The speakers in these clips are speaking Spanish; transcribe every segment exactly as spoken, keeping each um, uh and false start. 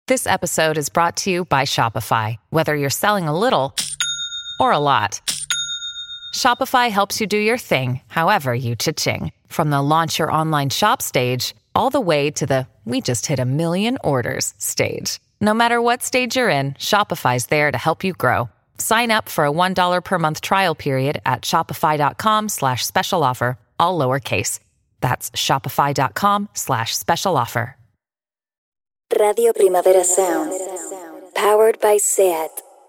This episode is brought to you by Shopify. Whether you're selling a little or a lot, Shopify helps you do your thing, however you cha-ching. From the launch your online shop stage, all the way to the we just hit a million orders stage. No matter what stage you're in, Shopify's there to help you grow. Sign up for a one dollar per month trial period at shopify.com slash special offer, all lowercase. That's shopify.com slash special offer. Radio Primavera Sound, powered by SEAT.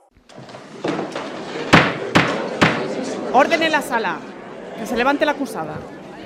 Orden en la sala. Que se levante la acusada.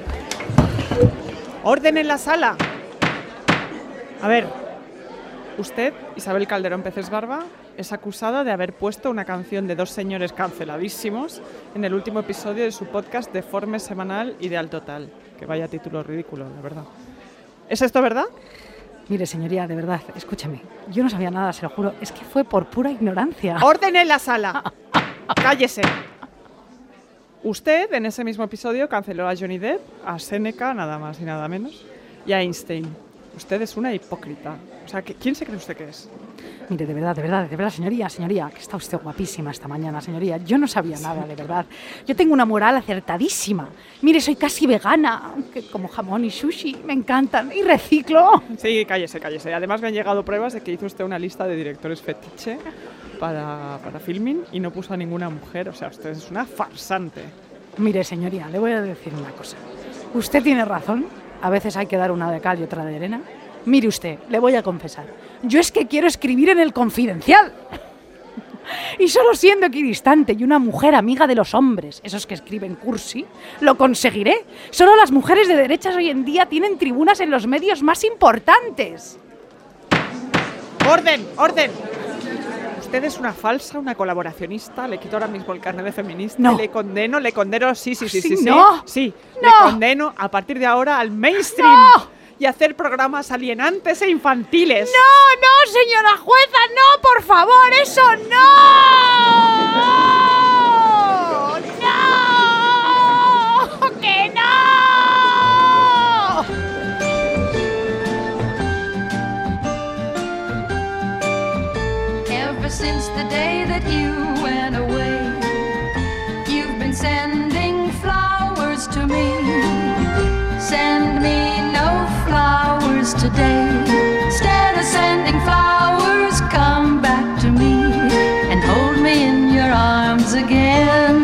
Orden en la sala. A ver, usted, Isabel Calderón Peces Barba, es acusada de haber puesto una canción de dos señores canceladísimos en el último episodio de su podcast Deforme Semanal Ideal Total. Que vaya título ridículo, la verdad. ¿Es esto verdad? Mire, señoría, de verdad, escúcheme. Yo no sabía nada, se lo juro. Es que fue por pura ignorancia. ¡Orden en la sala! ¡Cállese! Usted, en ese mismo episodio, canceló a Johnny Depp, a Seneca, nada más y nada menos, y a Einstein. Usted es una hipócrita. O sea, ¿quién se cree usted que es? Mire, de verdad, de verdad, de verdad, señoría, señoría, que está usted guapísima esta mañana, señoría. Yo no sabía nada, de verdad. Yo tengo una moral acertadísima. Mire, soy casi vegana, aunque como jamón y sushi me encantan, y reciclo. Sí, cállese, cállese. Además me han llegado pruebas de que hizo usted una lista de directores fetiche para, para filming y no puso a ninguna mujer. O sea, usted es una farsante. Mire, señoría, le voy a decir una cosa. Usted tiene razón. A veces hay que dar una de cal y otra de arena. Mire usted, le voy a confesar. Yo es que quiero escribir en El Confidencial. Y solo siendo equidistante y una mujer amiga de los hombres, esos que escriben cursi, lo conseguiré. Solo las mujeres de derechas hoy en día tienen tribunas en los medios más importantes. ¡Orden! ¡Orden! Usted es una falsa, una colaboracionista. Le quito ahora mismo el carnet de feminista. No. Le condeno, le condeno. Sí, sí, sí, ¿Sí? sí. sí, No. sí. No. Le condeno a partir de ahora al mainstream. No. Y hacer programas alienantes e infantiles. No, no, señora jueza, no, por favor, eso no. No, que no. Ever since the day that you went away, you've been sending flowers to me. Send me no flowers today. Instead of sending flowers, come back to me and hold me in your arms again.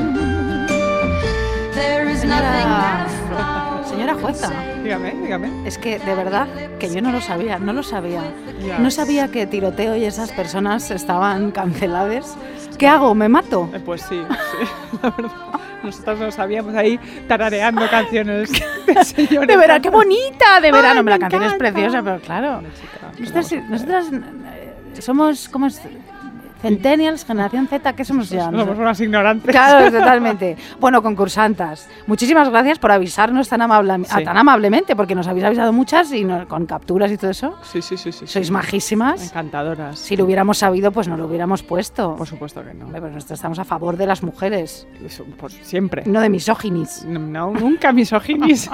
There is nothing that a flower Señora jueza, Dígame, dígame. es que de verdad que yo no lo sabía, no lo sabía. Ya. No sabía que Tiroteo y esas personas estaban canceladas. ¿Qué hago? ¿Me mato? Eh, Pues sí, sí, la verdad. Nosotros nos sabíamos ahí tarareando canciones de señores. De verano, qué bonita, de verano. Ay, la me canción es encanta. preciosa, pero claro. Una chica, Nosotras, claro. nosotras eh, somos, ¿cómo es? Centennials, generación Z, ¿qué somos ya? No sé. Somos unas ignorantes. Claro, totalmente. Bueno, concursantas, muchísimas gracias por avisarnos tan, amable, Sí. tan amablemente, porque nos habéis avisado muchas y no- con capturas y todo eso. Sí, sí, sí, sí. Sois sí. majísimas. Encantadoras. Si lo hubiéramos sabido, pues no lo hubiéramos puesto. Por supuesto que no. Hombre, pues nosotros estamos a favor de las mujeres, Eso, por siempre. no de misóginis. No, no, nunca misoginis.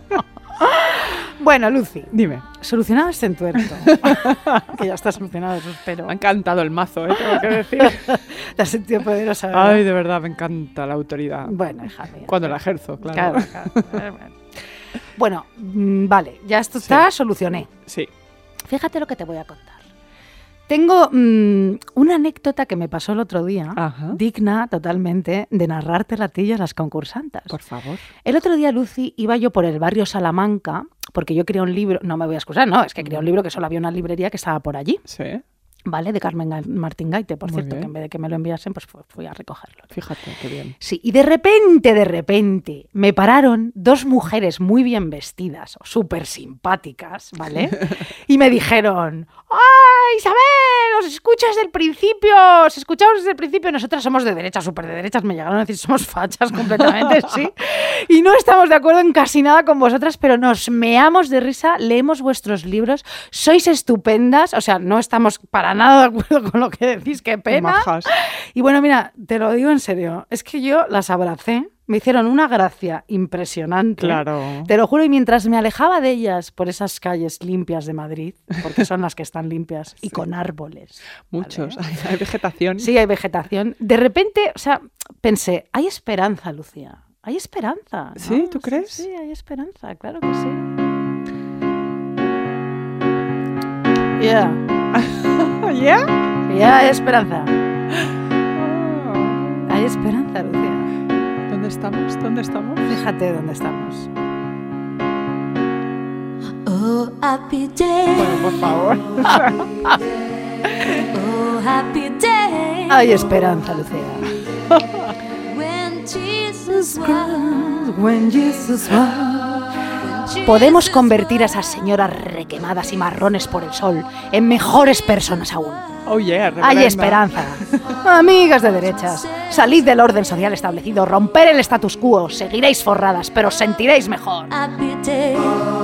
Bueno, Lucy, Dime. solucionado este entuerto. Que ya está solucionado, eso espero. Me ha encantado el mazo, ¿eh? Tengo que decir. Te has sentido poderosa, ¿verdad? Ay, de verdad, me encanta la autoridad. Bueno, hija mía. Cuando la ejerzo, claro. Claro, claro. Bueno, mm, vale, ya esto está, solucioné. Sí. Fíjate lo que te voy a contar. Tengo mm, una anécdota que me pasó el otro día, Ajá. digna totalmente de narrarte a ti y a las concursantas. Por favor. El otro día, Lucy, iba yo por el barrio Salamanca, porque yo quería un libro, no me voy a excusar, no, es que quería un libro que solo había una librería que estaba por allí, Sí. ¿vale? De Carmen Ga- Martín Gaite, por Muy cierto, bien. que en vez de que me lo enviasen, pues fu- fui a recogerlo. Fíjate, qué bien. Sí, y de repente, de repente, me pararon dos mujeres muy bien vestidas, o súper simpáticas, ¿vale? Y me dijeron, ¡ay, Isabel! Os escucho desde el principio, os escuchamos desde el principio. Nosotras somos de derechas, súper de derechas, me llegaron a decir, somos fachas completamente, sí. Y no estamos de acuerdo en casi nada con vosotras, pero nos meamos de risa, leemos vuestros libros, sois estupendas, o sea, no estamos para nada de acuerdo con lo que decís, qué pena. Majas. Y bueno, mira, te lo digo en serio, es que yo las abracé me hicieron una gracia impresionante. Claro. Te lo juro, y mientras me alejaba de ellas por esas calles limpias de Madrid, porque son las que están limpias, y Sí. con árboles. Muchos. ¿vale? Hay, hay vegetación. Sí, hay vegetación. De repente, o sea, pensé, hay esperanza, Lucía. Hay esperanza. ¿no? ¿Sí? ¿Tú crees? Sí, sí, hay esperanza, claro que sí. Ya, ¿Ya? ya hay esperanza. Oh. Hay esperanza, Lucía. ¿Dónde estamos? ¿Dónde estamos? Fíjate dónde estamos. Oh, happy day. Bueno, por favor. Oh, happy day. Hay esperanza, Lucía. When Jesus was. When Jesus was. Podemos convertir a esas señoras requemadas y marrones por el sol en mejores personas aún. Oh, yeah, Hay reverenda. esperanza. Amigas de derechas, salid del orden social establecido, romper el status quo, seguiréis forradas, pero os sentiréis mejor. Happy day.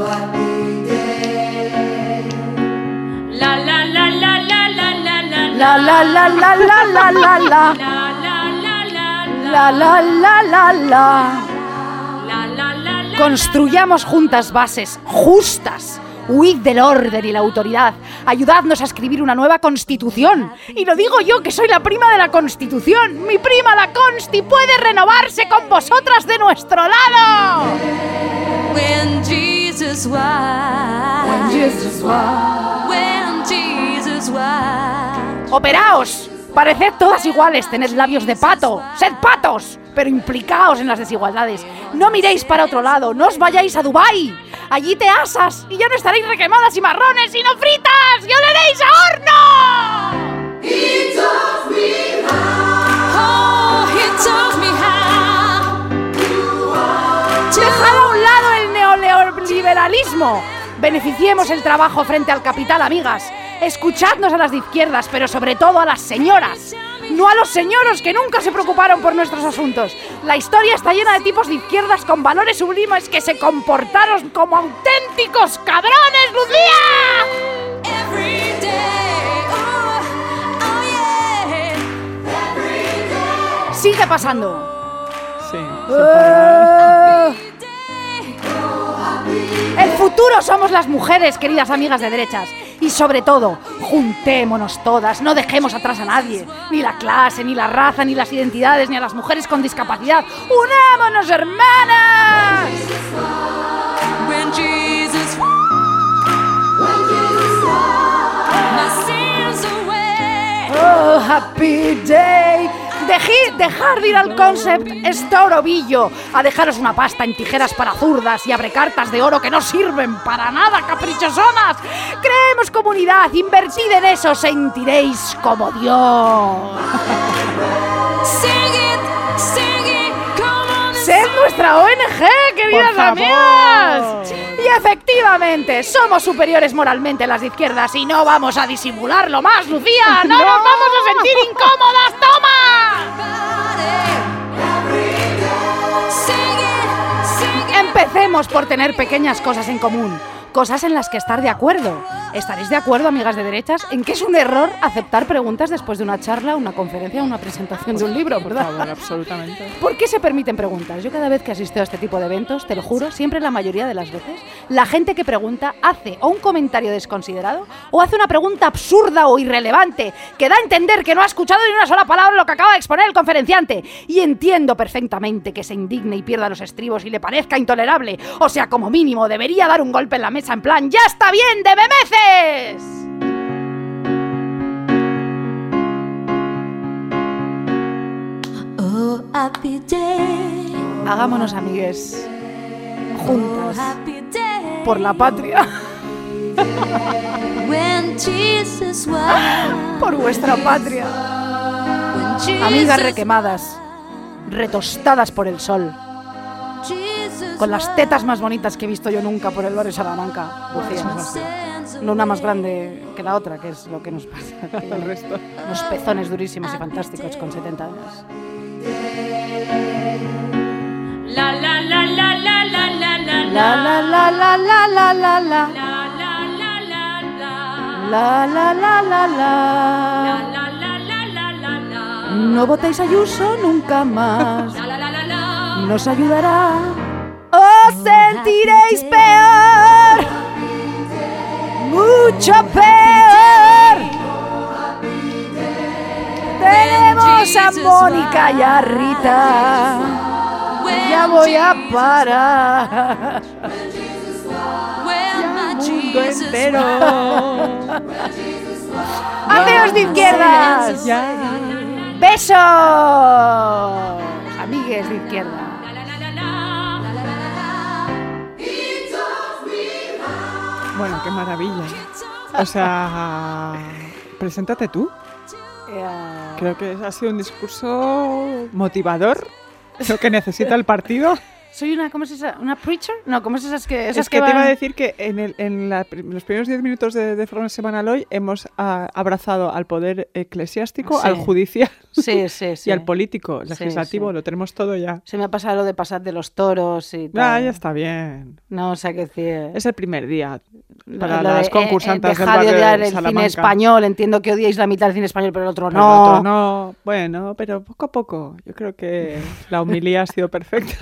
La la la la la la la la La la la la la la la la. la la la la La la la la la. la la la. Construyamos juntas bases justas. Huid del orden y la autoridad. Ayudadnos a escribir una nueva constitución. Y lo digo yo, que soy la prima de la constitución. Mi prima la Consti puede renovarse con vosotras de nuestro lado. When Jesus was. When Jesus was. When Jesus was. Operaos. Pareced todas iguales, tened labios de pato. Sed patos, pero implicaos en las desigualdades. No miréis para otro lado, no os vayáis a Dubái. Allí te asas y ya no estaréis requemadas y marrones, sino fritas y oleréis a horno. Oh, he taught me how. Dejad a un lado el neoliberalismo. Beneficiemos el trabajo frente al capital, amigas. Escuchadnos a las de izquierdas, pero sobre todo a las señoras. No a los señoros que nunca se preocuparon por nuestros asuntos. La historia está llena de tipos de izquierdas con valores sublimes que se comportaron como auténticos cabrones, Lucía. Every day. Oh, oh yeah. Sigue pasando. Sí. Eh, El futuro somos las mujeres, queridas amigas de derechas. Y sobre todo, juntémonos todas, no dejemos atrás a nadie. Ni la clase, ni la raza, ni las identidades, ni a las mujeres con discapacidad. ¡Unámonos, hermanas! When Jesus my sins away. Oh, happy day. Dejí, dejar de ir al concept Estorobillo a dejaros una pasta en tijeras para zurdas y abrecartas de oro que no sirven para nada, caprichosonas. Creemos comunidad, invertid en eso, sentiréis como Dios. Sing it, sing it, come on and Sed nuestra O N G, queridas Por favor. amigas. Y efectivamente, somos superiores moralmente a las de izquierdas y no vamos a disimularlo más, Lucía. ¡No, ¡No! nos vamos a sentir incómodas! ¡Toma! sing it, sing it. Empecemos por tener pequeñas cosas en común. Cosas en las que estar de acuerdo. ¿Estaréis de acuerdo, amigas de derechas, en que es un error aceptar preguntas después de una charla, una conferencia o una presentación de un libro, Por verdad? favor, absolutamente. ¿Por qué se permiten preguntas? Yo cada vez que asisto a este tipo de eventos, te lo juro, siempre la mayoría de las veces, la gente que pregunta hace o un comentario desconsiderado o hace una pregunta absurda o irrelevante que da a entender que no ha escuchado ni una sola palabra lo que acaba de exponer el conferenciante. Y entiendo perfectamente que se indigne y pierda los estribos y le parezca intolerable. O sea, como mínimo, debería dar un golpe en la mesa en plan ¡ya está bien de memeces! Oh, happy day. Hagámonos amigues juntas Happy day. por la patria, When Jesus was. por vuestra patria. When Jesus Amigas requemadas, retostadas por el sol, Jesus con las tetas más bonitas que he visto yo nunca por el barrio Salamanca, Lucía. No una más grande que la otra, que es lo que nos pasa. El resto. Unos pezones durísimos y fantásticos con setenta años. La la la la la la la la La la la la la la la la. la la la la la La la la la la. la la la la la la No votéis a Ayuso nunca más. la la la la la. nos ayudará. Os sentiréis peor, mucho peor. Tenemos a Mónica y a Rita. Ya voy a parar. Mundo entero. ¡Ateos de izquierdas! Ya. ¡Besos! Amigues de izquierda. Bueno, qué maravilla. O sea, preséntate tú. Eh, Creo que ha sido un discurso motivador, lo que necesita el partido. Soy una, ¿cómo es esa? ¿Una preacher? No, ¿cómo es esas que esas Es que, que te iba van- a decir que en, el, en la prim- los primeros diez minutos de, de Forma Semanal hoy hemos ah, abrazado al poder eclesiástico, Sí. al judicial Sí, sí, sí. y al político, Sí, legislativo, sí. lo tenemos todo ya. Se me ha pasado lo de pasar de los toros y tal. Ah, ya está bien. No, o sea, que decir... Es el primer día Lo- para lo las de, eh, concursantes eh, del dejad de barrio odiar de el cine Salamanca. español. Entiendo que odiáis la mitad del cine español, pero el otro Pero no. el otro no. Bueno, pero poco a poco. Yo creo que la homilía ha sido perfecta.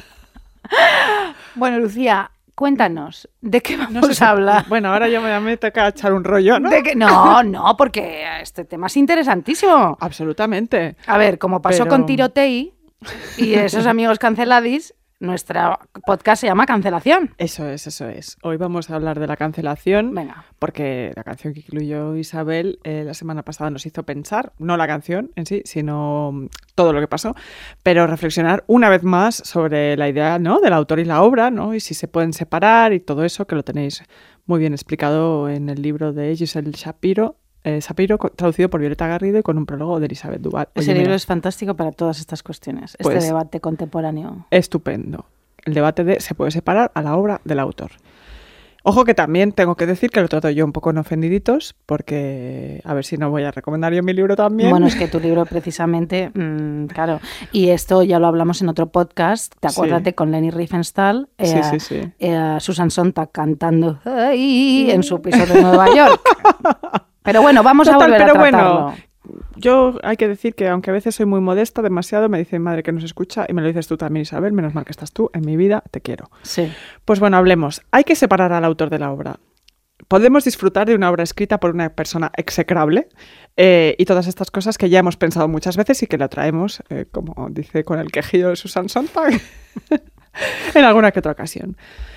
Bueno, Lucía, cuéntanos, ¿de qué vamos No sé si- a hablar? Bueno, ahora ya me, ya me toca echar un rollo, ¿no? ¿De qué? No, no, porque este tema es interesantísimo. Absolutamente. A ver, como pasó Pero- con Tirotei y esos amigos canceladis, nuestra podcast se llama Cancelación. Eso es, eso es. Hoy vamos a hablar de la cancelación, Venga. porque la canción que incluyó Isabel eh, la semana pasada nos hizo pensar, no la canción en sí, sino mm, todo lo que pasó, pero reflexionar una vez más sobre la idea, ¿no?, del autor y la obra, ¿no?, y si se pueden separar y todo eso, que lo tenéis muy bien explicado en el libro de Giselle Shapiro, eh, Shapiro, co- traducido por Violeta Garrido y con un prólogo de Elizabeth Duval. Ese Oye, libro mira, es fantástico para todas estas cuestiones, este Pues- debate contemporáneo. estupendo. El debate de se puede separar a la obra del autor. Ojo que también tengo que decir que lo trato yo un poco en ofendiditos, porque a ver si no voy a recomendar yo mi libro también. Bueno, es que tu libro precisamente, mm, claro, y esto ya lo hablamos en otro podcast, te Sí. acuérdate con Leni Riefenstahl, Sí, eh, sí, sí. eh, Susan Sontag cantando "Ay", en su piso de Nueva York. Pero bueno, vamos Total, a volver pero a tratarlo. bueno, yo hay que decir que aunque a veces soy muy modesta, demasiado, me dice mi madre que nos escucha y me lo dices tú también, Isabel, menos mal que estás tú en mi vida, te quiero. Sí. Pues bueno, hablemos. Hay que separar al autor de la obra. Podemos disfrutar de una obra escrita por una persona execrable eh, y todas estas cosas que ya hemos pensado muchas veces y que la traemos, eh, como dice con el quejido de Susan Sontag, en alguna que otra ocasión.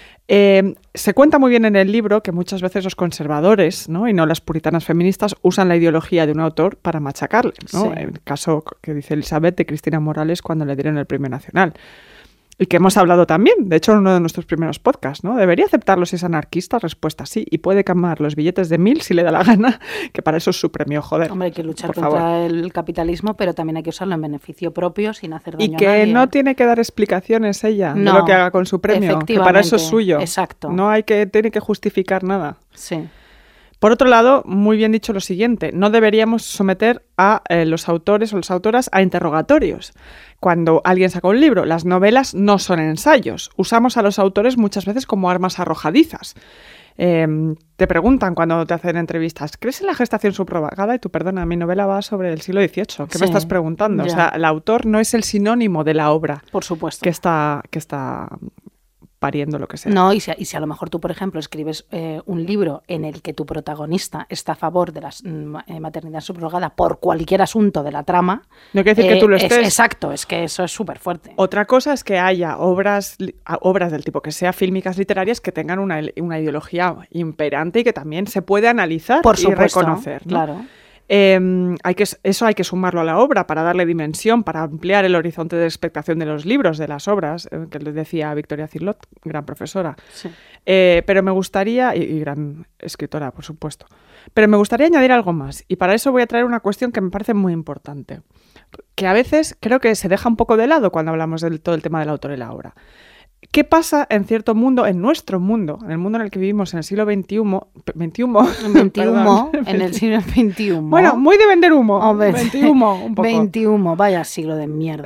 Eh, se cuenta muy bien en el libro que muchas veces los conservadores, ¿no?, y no las puritanas feministas usan la ideología de un autor para machacarle, ¿no? Sí. En el caso que dice Elizabeth de Cristina Morales cuando le dieron el Premio Nacional. Y que hemos hablado también, de hecho, en uno de nuestros primeros podcasts, ¿no? ¿Debería aceptarlo si es anarquista? Respuesta sí. Y puede quemar los billetes de mil si le da la gana, que para eso es su premio, joder. Hombre, hay que luchar por contra favor. el capitalismo, pero también hay que usarlo en beneficio propio sin hacer daño Y a que nadie. no tiene que dar explicaciones ella de No, lo que haga con su premio, que para eso es efectivamente, suyo. exacto. No hay que, tiene que justificar nada. Sí. Por otro lado, muy bien dicho lo siguiente, no deberíamos someter a eh, los autores o las autoras a interrogatorios. Cuando alguien saca un libro, las novelas no son ensayos. Usamos a los autores muchas veces como armas arrojadizas. Eh, te preguntan cuando te hacen entrevistas, ¿crees en la gestación subrogada? Y tú, perdona, mi novela va sobre el siglo dieciocho. ¿Qué Sí, me estás preguntando? ya. O sea, el autor no es el sinónimo de la obra Por supuesto. que está, que está pariendo lo que sea. No, y si, y si a lo mejor tú, por ejemplo, escribes eh, un libro en el que tu protagonista está a favor de la mm, eh, maternidad subrogada por cualquier asunto de la trama. No quiere decir que eh, tú lo es- estés. exacto, es que eso es súper fuerte. Otra cosa es que haya obras, li- a- obras del tipo que sea fílmicas literarias que tengan una, una ideología imperante y que también se puede analizar Por y supuesto, reconocer, ¿no? claro. Eh, hay que, eso hay que sumarlo a la obra para darle dimensión, para ampliar el horizonte de expectación de los libros, de las obras, eh, que le decía Victoria Cirlot, gran profesora. Sí. Eh, pero me gustaría, y, y gran escritora, por supuesto, pero me gustaría añadir algo más. Y para eso voy a traer una cuestión que me parece muy importante, que a veces creo que se deja un poco de lado cuando hablamos de todo el tema del autor y la obra. ¿Qué pasa en cierto mundo, en nuestro mundo, en el mundo en el que vivimos en el siglo veintiuno? veintiuno, veintiuno, perdón, en el siglo veintiuno. Bueno, muy de vender humo. Hombre, veintiuno, un poco. veintiuno, vaya siglo de mierda.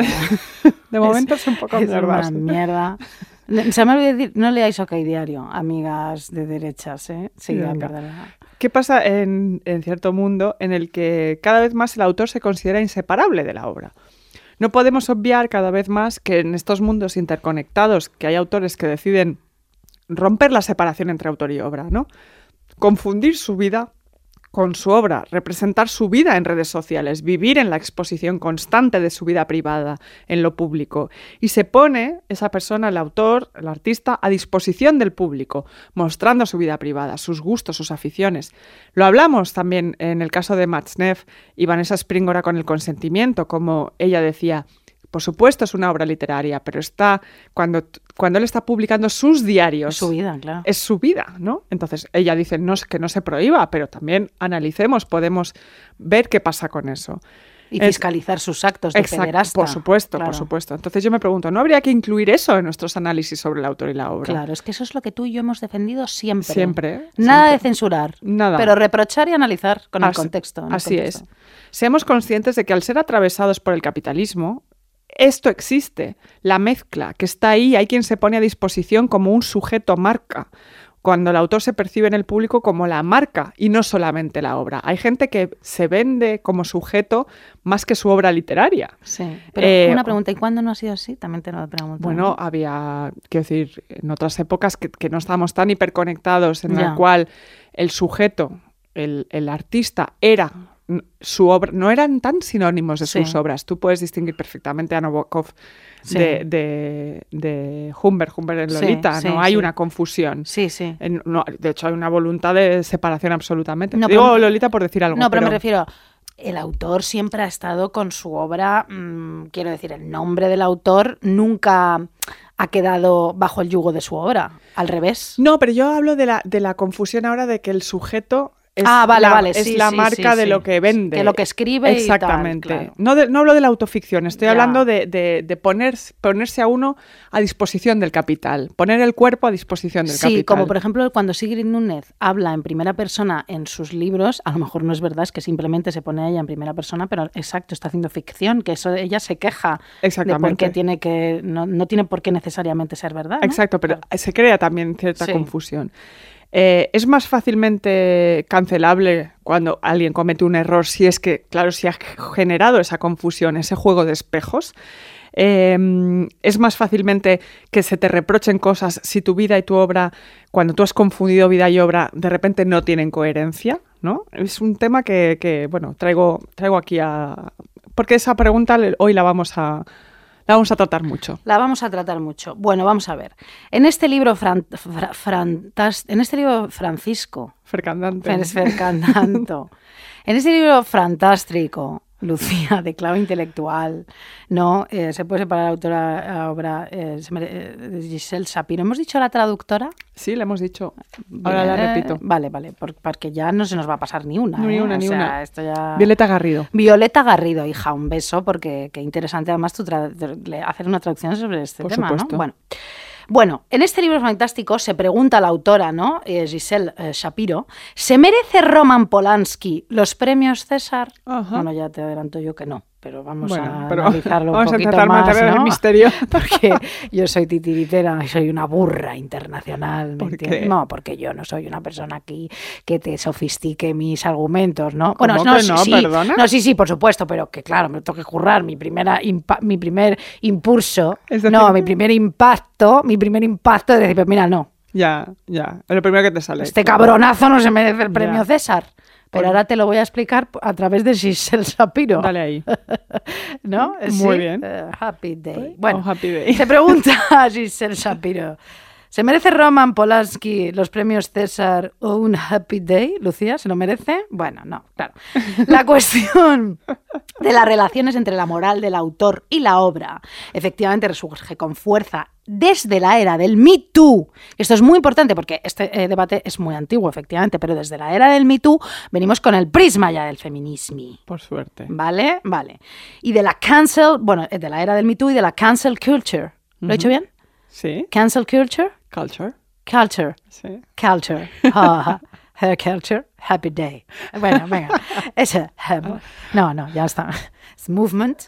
De momento es, un poco es mierdas. una mierda. Se me olvidó decir, no leáis OK Diario, amigas de derechas, ¿eh? Sí, ya, Venga. perdona. ¿Qué pasa en, en cierto mundo en el que cada vez más el autor se considera inseparable de la obra? No podemos obviar cada vez más que en estos mundos interconectados, que hay autores que deciden romper la separación entre autor y obra, ¿no? Confundir su vida con su obra, representar su vida en redes sociales, vivir en la exposición constante de su vida privada en lo público. Y se pone esa persona, el autor, el artista, a disposición del público, mostrando su vida privada, sus gustos, sus aficiones. Lo hablamos también en el caso de Matzneff y Vanessa Springora con el consentimiento, como ella decía, por supuesto es una obra literaria, pero está cuando, cuando él está publicando sus diarios. Es su vida, claro. Es su vida, ¿no? Entonces ella dice no, que no se prohíba, pero también analicemos, podemos ver qué pasa con eso. Y fiscalizar es, sus actos de exacto, pederasta. Por supuesto, claro. por supuesto. Entonces yo me pregunto, ¿no habría que incluir eso en nuestros análisis sobre el autor y la obra? Claro, es que eso es lo que tú y yo hemos defendido siempre. Siempre. Nada siempre. de censurar. Nada. Pero reprochar y analizar con así, el contexto. Así el contexto. es. Seamos conscientes de que al ser atravesados por el capitalismo, esto existe, la mezcla que está ahí, hay quien se pone a disposición como un sujeto marca, cuando el autor se percibe en el público como la marca y no solamente la obra. Hay gente que se vende como sujeto más que su obra literaria. Sí, pero eh, una pregunta, ¿y cuándo no ha sido así? También te lo pregunto. Bueno, había, quiero decir, en otras épocas que, que no estábamos tan hiperconectados, en ya. la cual el sujeto, el, el artista era... su obra, no eran tan sinónimos de sus sí. obras. Tú puedes distinguir perfectamente a Nabokov sí. de, de, de Humbert, Humbert en Lolita, sí, sí, no hay sí. una confusión. Sí, sí. En, no, de hecho, hay una voluntad de separación absolutamente. No, Digo pero, Lolita por decir algo. No, pero, pero me refiero, el autor siempre ha estado con su obra, mmm, quiero decir, el nombre del autor nunca ha quedado bajo el yugo de su obra, al revés. No, pero yo hablo de la, de la confusión ahora de que el sujeto... Es ah, vale, la, vale. Es sí, la sí, marca sí, de sí. lo que vende. Que lo que escribe exactamente. Y tal, claro. no, de, no hablo de la autoficción, estoy ya. hablando de, de, de poner, ponerse a uno a disposición del capital, poner el cuerpo a disposición del sí, capital. Sí, como por ejemplo cuando Sigrid Núñez habla en primera persona en sus libros, a lo mejor no es verdad, es que simplemente se pone a ella en primera persona, pero exacto, está haciendo ficción, que eso ella se queja de por qué tiene que, no, no tiene por qué necesariamente ser verdad, ¿no? Exacto, pero claro. se crea también cierta sí. confusión. Eh, es más fácilmente cancelable cuando alguien comete un error si es que, claro, si ha generado esa confusión, ese juego de espejos. Eh, es más fácilmente que se te reprochen cosas si tu vida y tu obra, cuando tú has confundido vida y obra, de repente no tienen coherencia, ¿no? Es un tema que, que bueno, traigo, traigo aquí a... Porque esa pregunta hoy la vamos a... La vamos a tratar mucho. La vamos a tratar mucho. Bueno, vamos a ver. En este libro, fran, fra, frantas, en este libro Francisco... Fercandante. Fercandanto. En este libro fantástico, Lucía, de clave intelectual, ¿no? Eh, se puede separar autora a obra eh, eh, Giselle Shapiro. ¿Hemos dicho la traductora? Sí, le hemos dicho. Ahora eh, la repito. Vale, vale, por, porque ya no se nos va a pasar ni una. Ni ¿eh? una, o ni sea, una. Esto ya... Violeta Garrido. Violeta Garrido, hija, un beso, porque qué interesante además tu tra- hacer una traducción sobre este por tema, supuesto. ¿no? Bueno. Bueno, en este libro fantástico se pregunta a la autora, ¿no? Eh, Giselle eh, Shapiro, ¿se merece Roman Polanski los premios César? Ajá. Bueno, ya te adelanto yo que no, pero vamos bueno, a pero analizarlo un vamos poquito a tratar más, mantener ¿no? el misterio. Porque yo soy titiritera y soy una burra internacional. ¿me ¿Por entiendes? qué? No, porque yo no soy una persona aquí que te sofistique mis argumentos, ¿no? ¿Cómo Bueno, no, que sí, no, sí, perdona? no, sí, sí, por supuesto, pero que claro, me tengo que currar mi primera impa- mi primer impulso, Es decir, no, mi primer impacto, mi primer impacto de decir, pues mira, no, Ya, ya. Es lo primero que te sale. este cabronazo no se merece el premio Ya. César. Pero Bueno. ahora te lo voy a explicar a través de Giselle Shapiro. Dale ahí. ¿No? Muy Sí. bien. Uh, happy day. Oh, Bueno, happy day. se pregunta a Giselle Shapiro, ¿se merece Roman Polanski los premios César o un happy day? Lucía, ¿se lo merece? Bueno, no, claro. La cuestión de las relaciones entre la moral del autor y la obra efectivamente resurge con fuerza desde la era del Me Too. Esto es muy importante porque este eh, debate es muy antiguo, efectivamente, pero desde la era del Me Too venimos con el prisma ya del feminismo. Por suerte. ¿Vale? Vale. Y de la cancel, bueno, de la era del Me Too y de la cancel culture. ¿Lo he dicho bien? Sí. Cancel culture? Culture. Culture. Sí. Culture. Ah, her culture. Happy day. Bueno, venga. Ese. No, no, ya está. Es movement.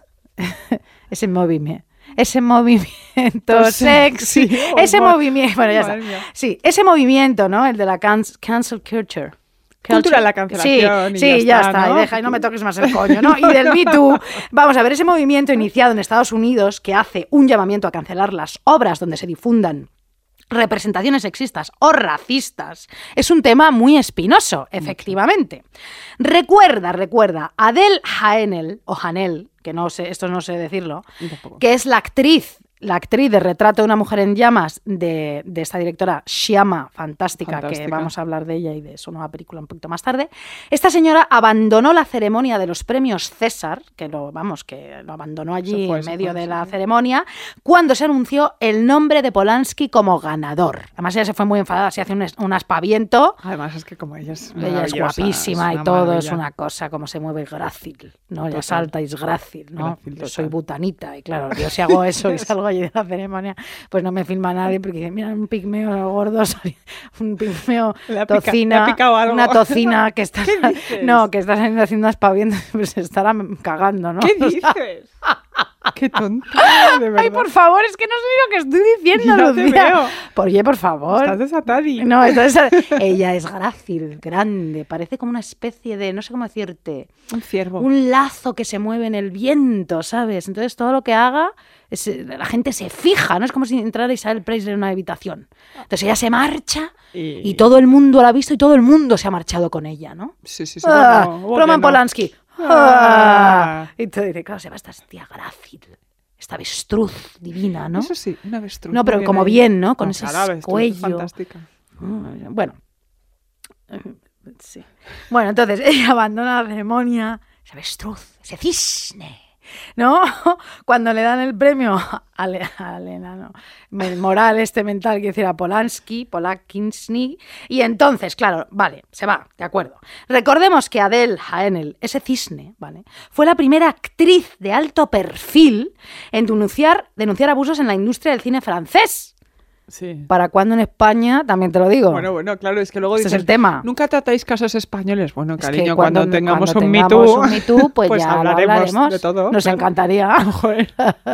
Ese movimiento. Ese movimiento sexy. Oh, ese madre- movimiento. Bueno, ya madre está. mía. Sí, ese movimiento, ¿no? El de la can- cancel culture. Cultura de la cancelación. Sí, y sí, ya, ya está, está, ¿no? y deja y no me toques más el coño, ¿no? Y del Me Too, vamos a ver, ese movimiento iniciado en Estados Unidos que hace un llamamiento a cancelar las obras donde se difundan representaciones sexistas o racistas, es un tema muy espinoso, efectivamente. Recuerda, recuerda, Adele Haenel, o Hanel, que no sé, esto no sé decirlo, que es la actriz, la actriz de Retrato de una mujer en llamas de, de esta directora Shyama, fantástica, fantástica, que vamos a hablar de ella y de su nueva película un poquito más tarde. Esta señora abandonó la ceremonia de los premios César, que lo, vamos, que lo abandonó allí fue, en medio fue, de la sí. ceremonia, cuando se anunció el nombre de Polanski como ganador. Además ella se fue muy enfadada, se hace un, un aspaviento. Además es que como ella es ella es guapísima es y todo, maravilla. Es una cosa, como se mueve grácil, ¿no? Ella salta y es grácil, ¿no? Grácil, yo soy butanita y claro, yo si hago eso y salgo allí de la ceremonia, pues no me filma nadie porque dice, mira, un pigmeo gordo, un pigmeo tocina, pica, una tocina que está, no, que está saliendo haciendo aspavientos, pues se estará cagando, ¿no? ¿Qué dices? Qué tonto, de verdad. Ay, por favor, es que no sé lo que estoy diciendo, no Lucía. Oye, por favor. Estás desatada. No, entonces ella es grácil, grande, parece como una especie de, no sé cómo decirte, un ciervo. Un lazo que se mueve en el viento, ¿sabes? Entonces todo lo que haga, es, la gente se fija, ¿no? Es como si entrara Isabel Presley en una habitación. Entonces ella se marcha y, y todo el mundo la ha visto y todo el mundo se ha marchado con ella, ¿no? Sí, sí, sí. Ah, bueno, Roman no. Polanski. Ah. Y tú dices, claro, se va esta tía grácil, esta avestruz divina, ¿no? Eso sí, una avestruz. No, pero bien como ahí. bien, ¿no? Con no, ese claro, cuello. Fantástica. Bueno. Sí. Bueno, entonces ella abandona la ceremonia, ese avestruz, ese cisne, ¿no? Cuando le dan el premio a Elena, no, moral este mental que decía Polanski, Polakinsky, y entonces, claro, vale, se va, de acuerdo. Recordemos que Adele Haenel, ese cisne, ¿vale? Fue la primera actriz de alto perfil en denunciar, denunciar abusos en la industria del cine francés. Sí. ¿Para cuándo en España? También te lo digo. Bueno, bueno, claro, es que luego este dices, es el tema. Nunca tratáis casos españoles. Bueno, es cariño, cuando, cuando tengamos cuando un tengamos Me Too, un Me Too, pues, pues ya hablaremos, hablaremos de todo. Nos claro. encantaría. Joder.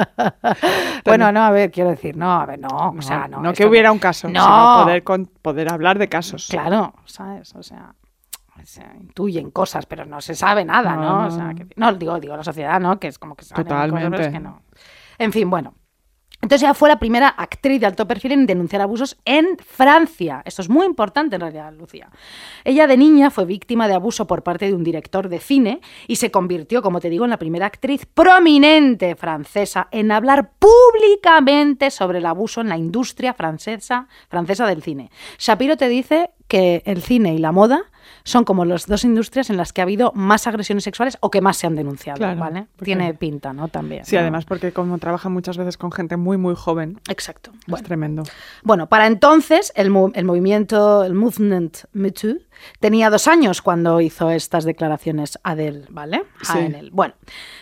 Bueno, no, a ver, quiero decir, no, a ver, no, no o sea, no. No que hubiera un caso, no. sino poder, con, poder hablar de casos. Claro, ¿sabes? O sea, se intuyen cosas, pero no se sabe nada, ¿no? No, no. O sea, que, no, digo, digo la sociedad, ¿no? Que es como que saben cosas, pero es que no. En fin, bueno. Entonces ella fue la primera actriz de alto perfil en denunciar abusos en Francia. Esto es muy importante en realidad, Lucía. Ella de niña fue víctima de abuso por parte de un director de cine y se convirtió, como te digo, en la primera actriz prominente francesa en hablar públicamente sobre el abuso en la industria francesa, francesa del cine. Shapiro te dice que el cine y la moda son como las dos industrias en las que ha habido más agresiones sexuales o que más se han denunciado, claro, ¿vale? porque... Tiene pinta, ¿no? También. Sí, ¿no? además porque como trabaja muchas veces con gente muy, muy joven. Exacto. Es bueno. tremendo. Bueno, para entonces el, mo- el movimiento, el movement Me Too, tenía dos años cuando hizo estas declaraciones Adele, ¿vale? Sí. Haenel. Bueno,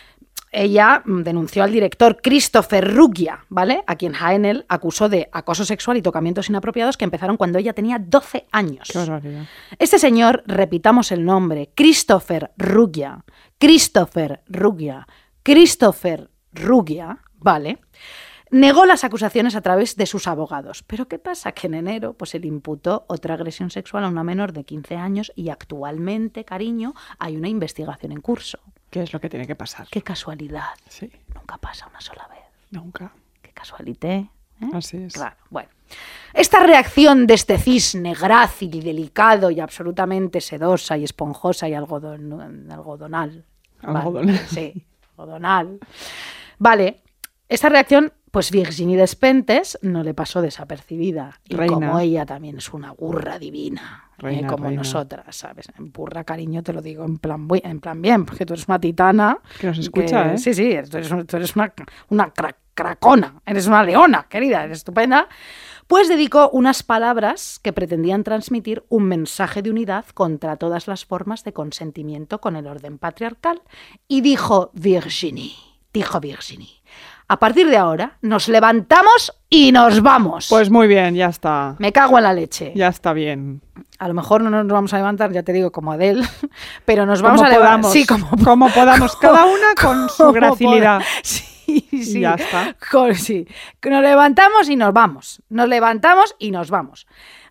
ella denunció al director Christopher Ruggia, ¿vale? A quien Haenel acusó de acoso sexual y tocamientos inapropiados que empezaron cuando ella tenía doce años. Qué barbaridad. Este señor, repitamos el nombre, Christopher Ruggia, Christopher Ruggia, Christopher Ruggia, ¿vale? Negó las acusaciones a través de sus abogados. Pero ¿qué pasa? Que en enero pues, se le imputó otra agresión sexual a una menor de quince años y actualmente, cariño, hay una investigación en curso. ¿Qué es lo que tiene que pasar? Qué casualidad. Sí. Nunca pasa una sola vez. Nunca. Qué casualité. ¿eh? Así es. Claro, bueno. Esta reacción de este cisne grácil y delicado y absolutamente sedosa y esponjosa y algodon, algodonal. Algodonal. Vale, sí, algodonal. Vale, esta reacción, pues Virginie Despentes no le pasó desapercibida. Y Reina. como ella también es una burra divina, Reina, eh, como reina. nosotras, ¿sabes? En burra, cariño, te lo digo en plan, bu- en plan bien, porque tú eres una titana. Que nos escucha, que- ¿eh? Sí, sí, tú eres, un- tú eres una, una cra- cracona, eres una leona, querida, eres estupenda. Pues dedicó unas palabras que pretendían transmitir un mensaje de unidad contra todas las formas de consentimiento con el orden patriarcal. Y dijo Virginie, dijo Virginie, a partir de ahora nos levantamos y nos vamos. Pues muy bien, ya está. Me cago en la leche. Ya está bien. A lo mejor no nos vamos a levantar, ya te digo, como Adele, pero nos Como vamos a levantar. podamos. Sí, como, Como podamos. Cada una con su como gracilidad. poda. Sí, sí. Y ya está. Con- sí. Nos levantamos y nos vamos. Nos levantamos y nos vamos.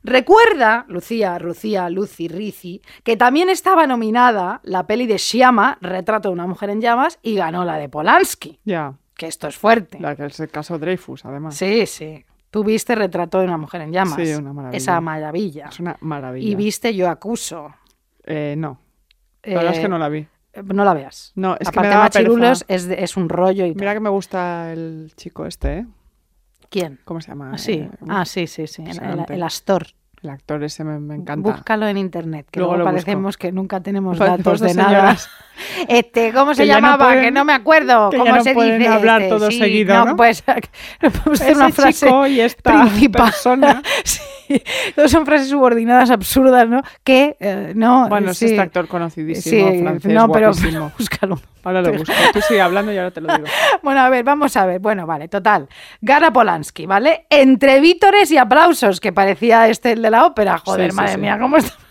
Recuerda, Lucía, Lucía, Lucy, Rizzi, que también estaba nominada la peli de Shyama, Retrato de una mujer en llamas, y ganó la de Polanski. Ya. Que esto es fuerte. La que es el caso Dreyfus, además. Sí, sí. Tú viste Retrato de una mujer en llamas. Sí, una maravilla. Esa maravilla. Es una maravilla. Y viste Yo acuso. Eh, no. La verdad Eh, es que no la vi. No la veas. No, es que Aparte, me daba Machirulos pereza. es, de- es un rollo y Mira tal. que me gusta el chico este, ¿eh? ¿Quién? ¿Cómo se llama? Ah, sí. Eh, Ah, sí, sí, sí. El, el- impresionante. el Astor. El actor ese me, me encanta. Búscalo en internet, que Luego luego, lo busco. parecemos que nunca tenemos Parecemos datos de dos nada. señoras Este, ¿cómo se que ya no llamaba? pueden- que no me acuerdo. que ya ¿Cómo no se pueden dice? hablar este? todo Sí, seguido, no, ¿no? Pues, no podemos hacer Ese una frase chico y esta principal. persona. Sí, todos son frases subordinadas absurdas, ¿no? Que, eh, no, Bueno, es sí. este actor conocidísimo, Sí, francés, no, pero guapísimo. búscalo. Ahora lo busco. Tú sigue hablando y ahora te lo digo. Bueno, a ver, vamos a ver. Bueno, vale, total. Gana Polanski, ¿vale? Entre vítores y aplausos, que parecía este el de la ópera. Joder, Sí, sí, madre sí. mía, ¿cómo está?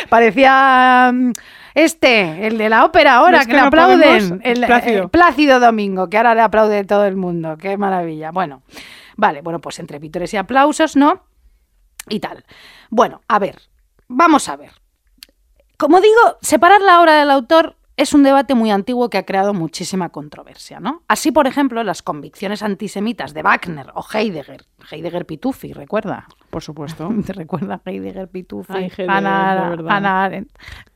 Parecía mm, este, el de la ópera ahora, Los que, que le no aplauden. podemos, El, Plácido. eh, Plácido Domingo, que ahora le aplaude todo el mundo. Qué maravilla. Bueno, vale, bueno, pues entre vítores y aplausos, ¿no? Y tal. Bueno, a ver, vamos a ver. Como digo, separar la obra del autor es un debate muy antiguo que ha creado muchísima controversia, ¿no? Así, por ejemplo, las convicciones antisemitas de Wagner o Heidegger, Heidegger Pitufi, ¿recuerda? Por supuesto. ¿Te recuerda Heidegger Pitufi? Ay, Heidegger, Hannah- de verdad. Hannah Arendt.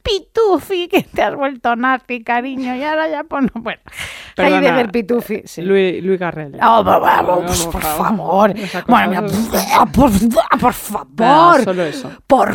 Pitufi, que te has vuelto nazi, cariño, y ahora ya pues no, bueno. Perdona, Heidegger Pitufi, sí. Luis, Luis Garrel. Oh, por, por- No, por por favor. Esa cosa Madre mía, es- por, por favor. Nada, solo eso. Por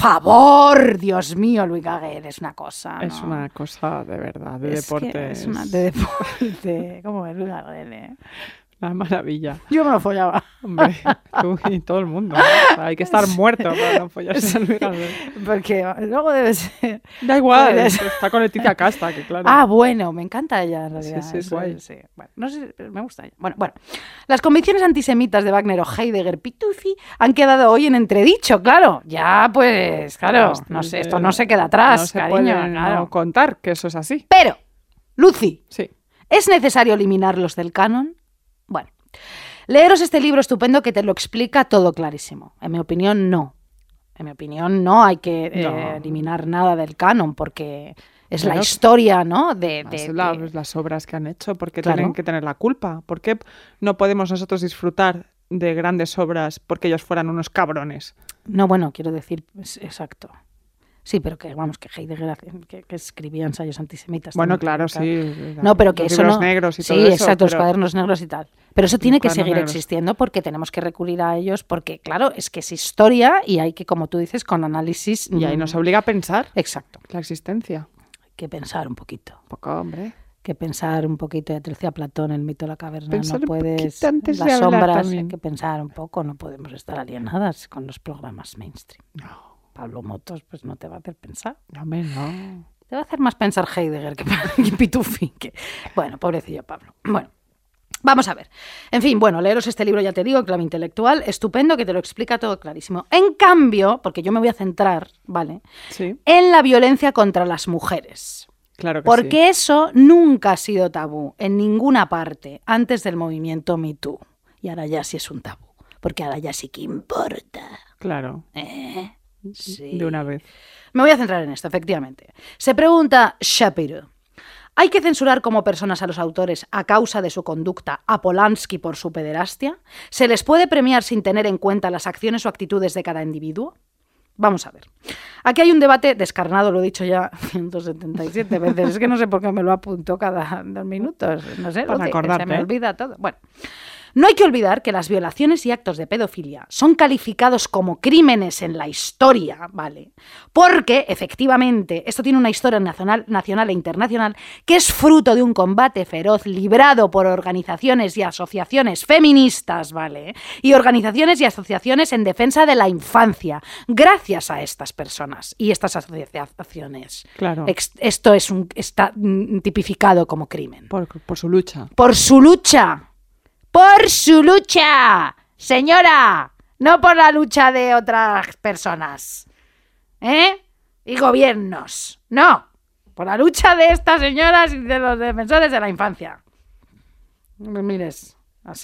favor. Dios mío, Luis Gaguer, es una cosa. Es ¿no? una cosa de verdad, de Es que deportes. Es una de deporte. ¿Cómo es Luis Gaguer? eh? Una maravilla. Yo me lo follaba. Hombre, tú y todo el mundo. O sea, hay que estar muerto para no follarse a Luis Garrel. Porque luego debe ser. Da igual, Eres- está con Leticia Casta, que claro. Ah, bueno, me encanta ella en realidad. Sí, sí, es eso guay. sí. Bueno, no sé, me gusta ella. Bueno, bueno. Las convicciones antisemitas de Wagner o Heidegger Pitufi han quedado hoy en entredicho, claro. Ya, pues, claro, no sé, esto no se queda atrás, no se cariño. puede claro. no contar que eso es así. Pero, Lucy, Sí. ¿es necesario eliminarlos del canon? Bueno, leeros este libro estupendo que te lo explica todo clarísimo. En mi opinión, no. En mi opinión, no hay que eh, No. eliminar nada del canon porque es la Claro. historia, ¿no? De, de- Es la- de- las obras que han hecho, ¿por qué Claro. tienen que tener la culpa? ¿Por qué no podemos nosotros disfrutar de grandes obras porque ellos fueran unos cabrones? No, bueno, quiero decir, es- exacto. Sí, pero que, vamos, que Heidegger hace- que, que escribía ensayos antisemitas. Bueno, también, claro, claro. sí. No, pero que los eso libros no... negros y sí, todo eso. exacto, los pero- cuadernos negros y tal. Pero eso tiene que cuadernos seguir negros. existiendo porque tenemos que recurrir a ellos porque, claro, es que es historia y hay que, como tú dices, con análisis... Y ahí mm, nos obliga a pensar Exacto. la existencia. Hay que pensar un poquito. Un poco, hombre. Que pensar un poquito. Ya te lo decía Platón, el mito de la caverna. Pensar no un puedes... poquito antes las de hablar sombras, también. hay que pensar un poco. No podemos estar alienadas con los programas mainstream. No, Pablo Motos, pues no te va a hacer pensar. no, hombre, no. Te va a hacer más pensar Heidegger que, que Pitufi. Que... Bueno, pobrecillo Pablo. Bueno, vamos a ver. En fin, bueno, leeros este libro, ya te digo, Clave Intelectual, estupendo, que te lo explica todo clarísimo. En cambio, porque yo me voy a centrar, ¿vale?, Sí, en la violencia contra las mujeres. claro que Porque eso nunca ha sido tabú en ninguna parte antes del movimiento Me Too. Y ahora ya sí es un tabú. Porque ahora ya sí que importa. sí. Claro, ¿Eh? Sí. de una vez. Me voy a centrar en esto, efectivamente. Se pregunta Shapiro. ¿Hay que censurar como personas a los autores a causa de su conducta, a Polanski por su pederastia? ¿Se les puede premiar sin tener en cuenta las acciones o actitudes de cada individuo? Vamos a ver. Aquí hay un debate descarnado, lo he dicho ya ciento setenta y siete veces. Es que no sé por qué me lo apunto cada dos minutos. No sé, Para Lucy, que acordarte, se me ¿eh? olvida todo. Bueno. No hay que olvidar que las violaciones y actos de pedofilia son calificados como crímenes en la historia, ¿vale? Porque, efectivamente, esto tiene una historia nacional, nacional e internacional que es fruto de un combate feroz librado por organizaciones y asociaciones feministas, ¿vale? Y organizaciones y asociaciones en defensa de la infancia, gracias a estas personas y estas asociaciones. Claro. Ex- Esto es un, está mm, tipificado como crimen. Por, por su lucha. Por su lucha. Por su lucha, señora, no por la lucha de otras personas, ¿eh? Y gobiernos, no, por la lucha de estas señoras y de los defensores de la infancia. Me mires así,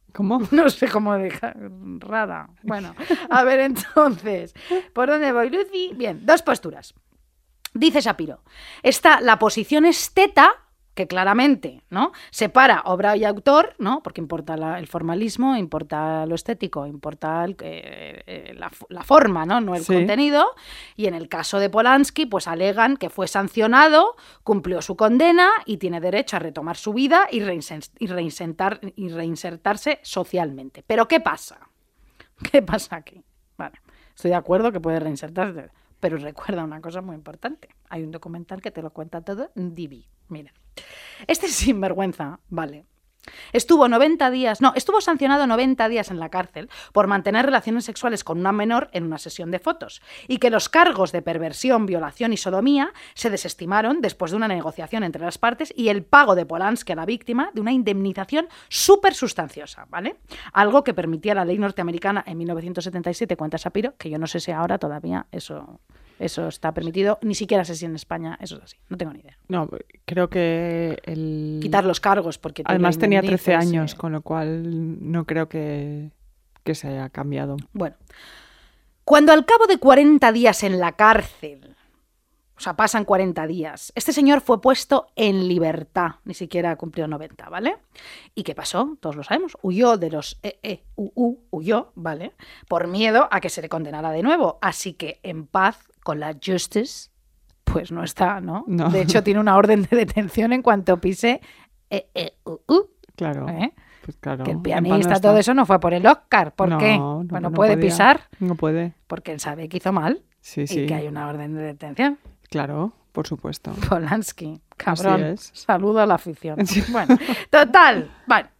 ¿Cómo? No sé cómo dejar. Rara. Bueno, a ver entonces. ¿Por dónde voy, Lucy? Bien, dos posturas. Dice Shapiro. Está la posición esteta, que claramente, ¿no?, separa obra y autor, ¿no?, porque importa la, el formalismo, importa lo estético, importa el, eh, eh, la, la forma, ¿no?, no el Sí. contenido. Y en el caso de Polanski, pues alegan que fue sancionado, cumplió su condena y tiene derecho a retomar su vida y, reinsen- y, reinsentar- y reinsertarse socialmente. Pero ¿qué pasa? ¿Qué pasa aquí? Vale, estoy de acuerdo que puede reinsertarse, pero recuerda una cosa muy importante. Hay un documental que te lo cuenta todo en D V. Mira, este sinvergüenza, vale, estuvo noventa días, no, estuvo sancionado noventa días en la cárcel por mantener relaciones sexuales con una menor en una sesión de fotos, y que los cargos de perversión, violación y sodomía se desestimaron después de una negociación entre las partes y el pago de Polanski a la víctima de una indemnización súper sustanciosa, ¿vale? Algo que permitía la ley norteamericana en mil novecientos setenta y siete, cuenta Shapiro, que yo no sé si ahora todavía eso... Eso está permitido, ni siquiera sé si en España eso es así, no tengo ni idea. No, creo que el... Quitar los cargos porque... tú Además lo tenía trece indemnices, años, eh. con lo cual no creo que, que se haya cambiado. Bueno, cuando al cabo de cuarenta días en la cárcel, o sea, pasan cuarenta días, este señor fue puesto en libertad, ni siquiera cumplió noventa, ¿vale? ¿Y qué pasó? Todos lo sabemos, huyó de los E E U U, huyó, ¿vale?, por miedo a que se le condenara de nuevo, así que en paz con la justice, pues no está, ¿no? No. De hecho, tiene una orden de detención en cuanto pise E E U U, Claro, ¿eh? pues claro. Que el en pianista, paz no está. todo eso no fue por el Oscar. ¿Por No, qué? no, Bueno, no puede podía. pisar No puede. porque él sabe que hizo mal Sí, sí. y que hay una orden de detención. Claro, por supuesto. Polanski, cabrón. es. Saludo a la afición. Bueno, total, vale.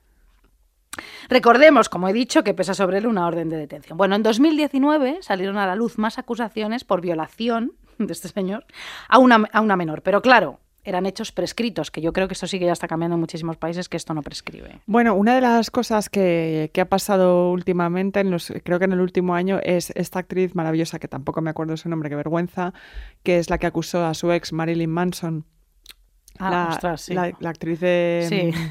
Recordemos, como he dicho, que pesa sobre él una orden de detención. Bueno, en dos mil diecinueve salieron a la luz más acusaciones por violación de este señor a una, a una menor. Pero claro, eran hechos prescritos, que yo creo que esto sí que ya está cambiando en muchísimos países, que esto no prescribe. Bueno, una de las cosas que, que ha pasado últimamente, en los, creo que en el último año, es esta actriz maravillosa, que tampoco me acuerdo su nombre, qué vergüenza, que es la que acusó a su ex Marilyn Manson. Ah, la, ostras, sí. la, la actriz de...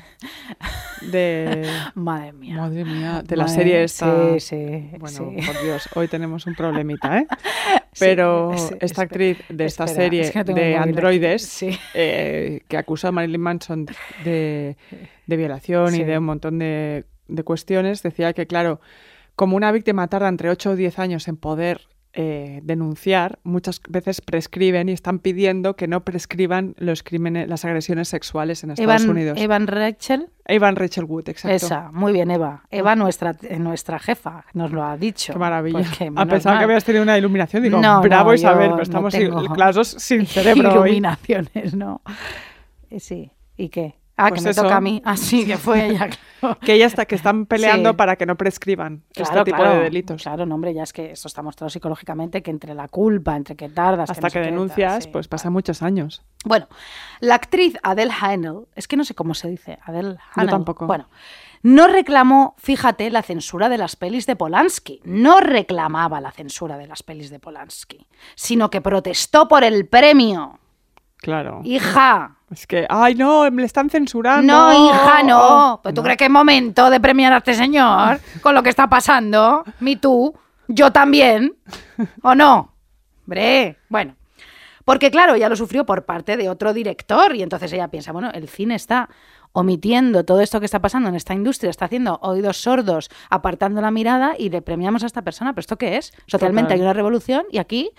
Sí. de Madre mía. Madre mía, de la Madre- serie esta... Sí, sí, Bueno, sí. por Dios, hoy tenemos un problemita, ¿eh? Pero Sí, sí, esta espera, actriz de esta espera, serie es que no tengo el de móvil aquí. androides, Sí. eh, que acusó a Marilyn Manson de, de violación Sí. y de un montón de, de cuestiones, decía que, claro, como una víctima tarda entre ocho o diez años en poder eh, denunciar, muchas veces prescriben y están pidiendo que no prescriban los crímenes, las agresiones sexuales en Estados Evan, Unidos. Evan Rachel, Evan Rachel Wood, exacto. esa, muy bien, Eva. Eva, nuestra, eh, nuestra jefa, nos lo ha dicho. Qué maravilla. Porque, A menos pesar mal. que habías tenido una iluminación, digo, No, bravo no, Isabel, yo pero estamos no tengo las dos sin cerebro hoy. iluminaciones, no. Eh, Sí, ¿y qué? Ah, Pues que me eso. toca a mí. Ah, sí, que fue ella. Claro. Que ella está, que están peleando Sí. para que no prescriban Claro, este tipo claro, de delitos. Claro, no, hombre, ya es que esto está mostrado psicológicamente, que entre la culpa, entre que tardas... Hasta no sé que qué, tal, denuncias, sí, pues vale. pasan muchos años. Bueno, la actriz Adele Haenel, es que no sé cómo se dice, Adele Haenel. tampoco. Bueno, no reclamó, fíjate, la censura de las pelis de Polanski. No reclamaba la censura de las pelis de Polanski, sino que protestó por el premio. Claro. Hija, Es que, ay, no, me le están censurando. no, hija, no. ¿Pero tú No. crees que es momento de premiar a este señor con lo que está pasando? Me tú, yo también, ¿o no? Hombre, bueno. Porque claro, ella lo sufrió por parte de otro director y entonces ella piensa, bueno, el cine está omitiendo todo esto que está pasando en esta industria, está haciendo oídos sordos, apartando la mirada y le premiamos a esta persona. ¿Pero esto qué es? Socialmente Total. hay una revolución y aquí...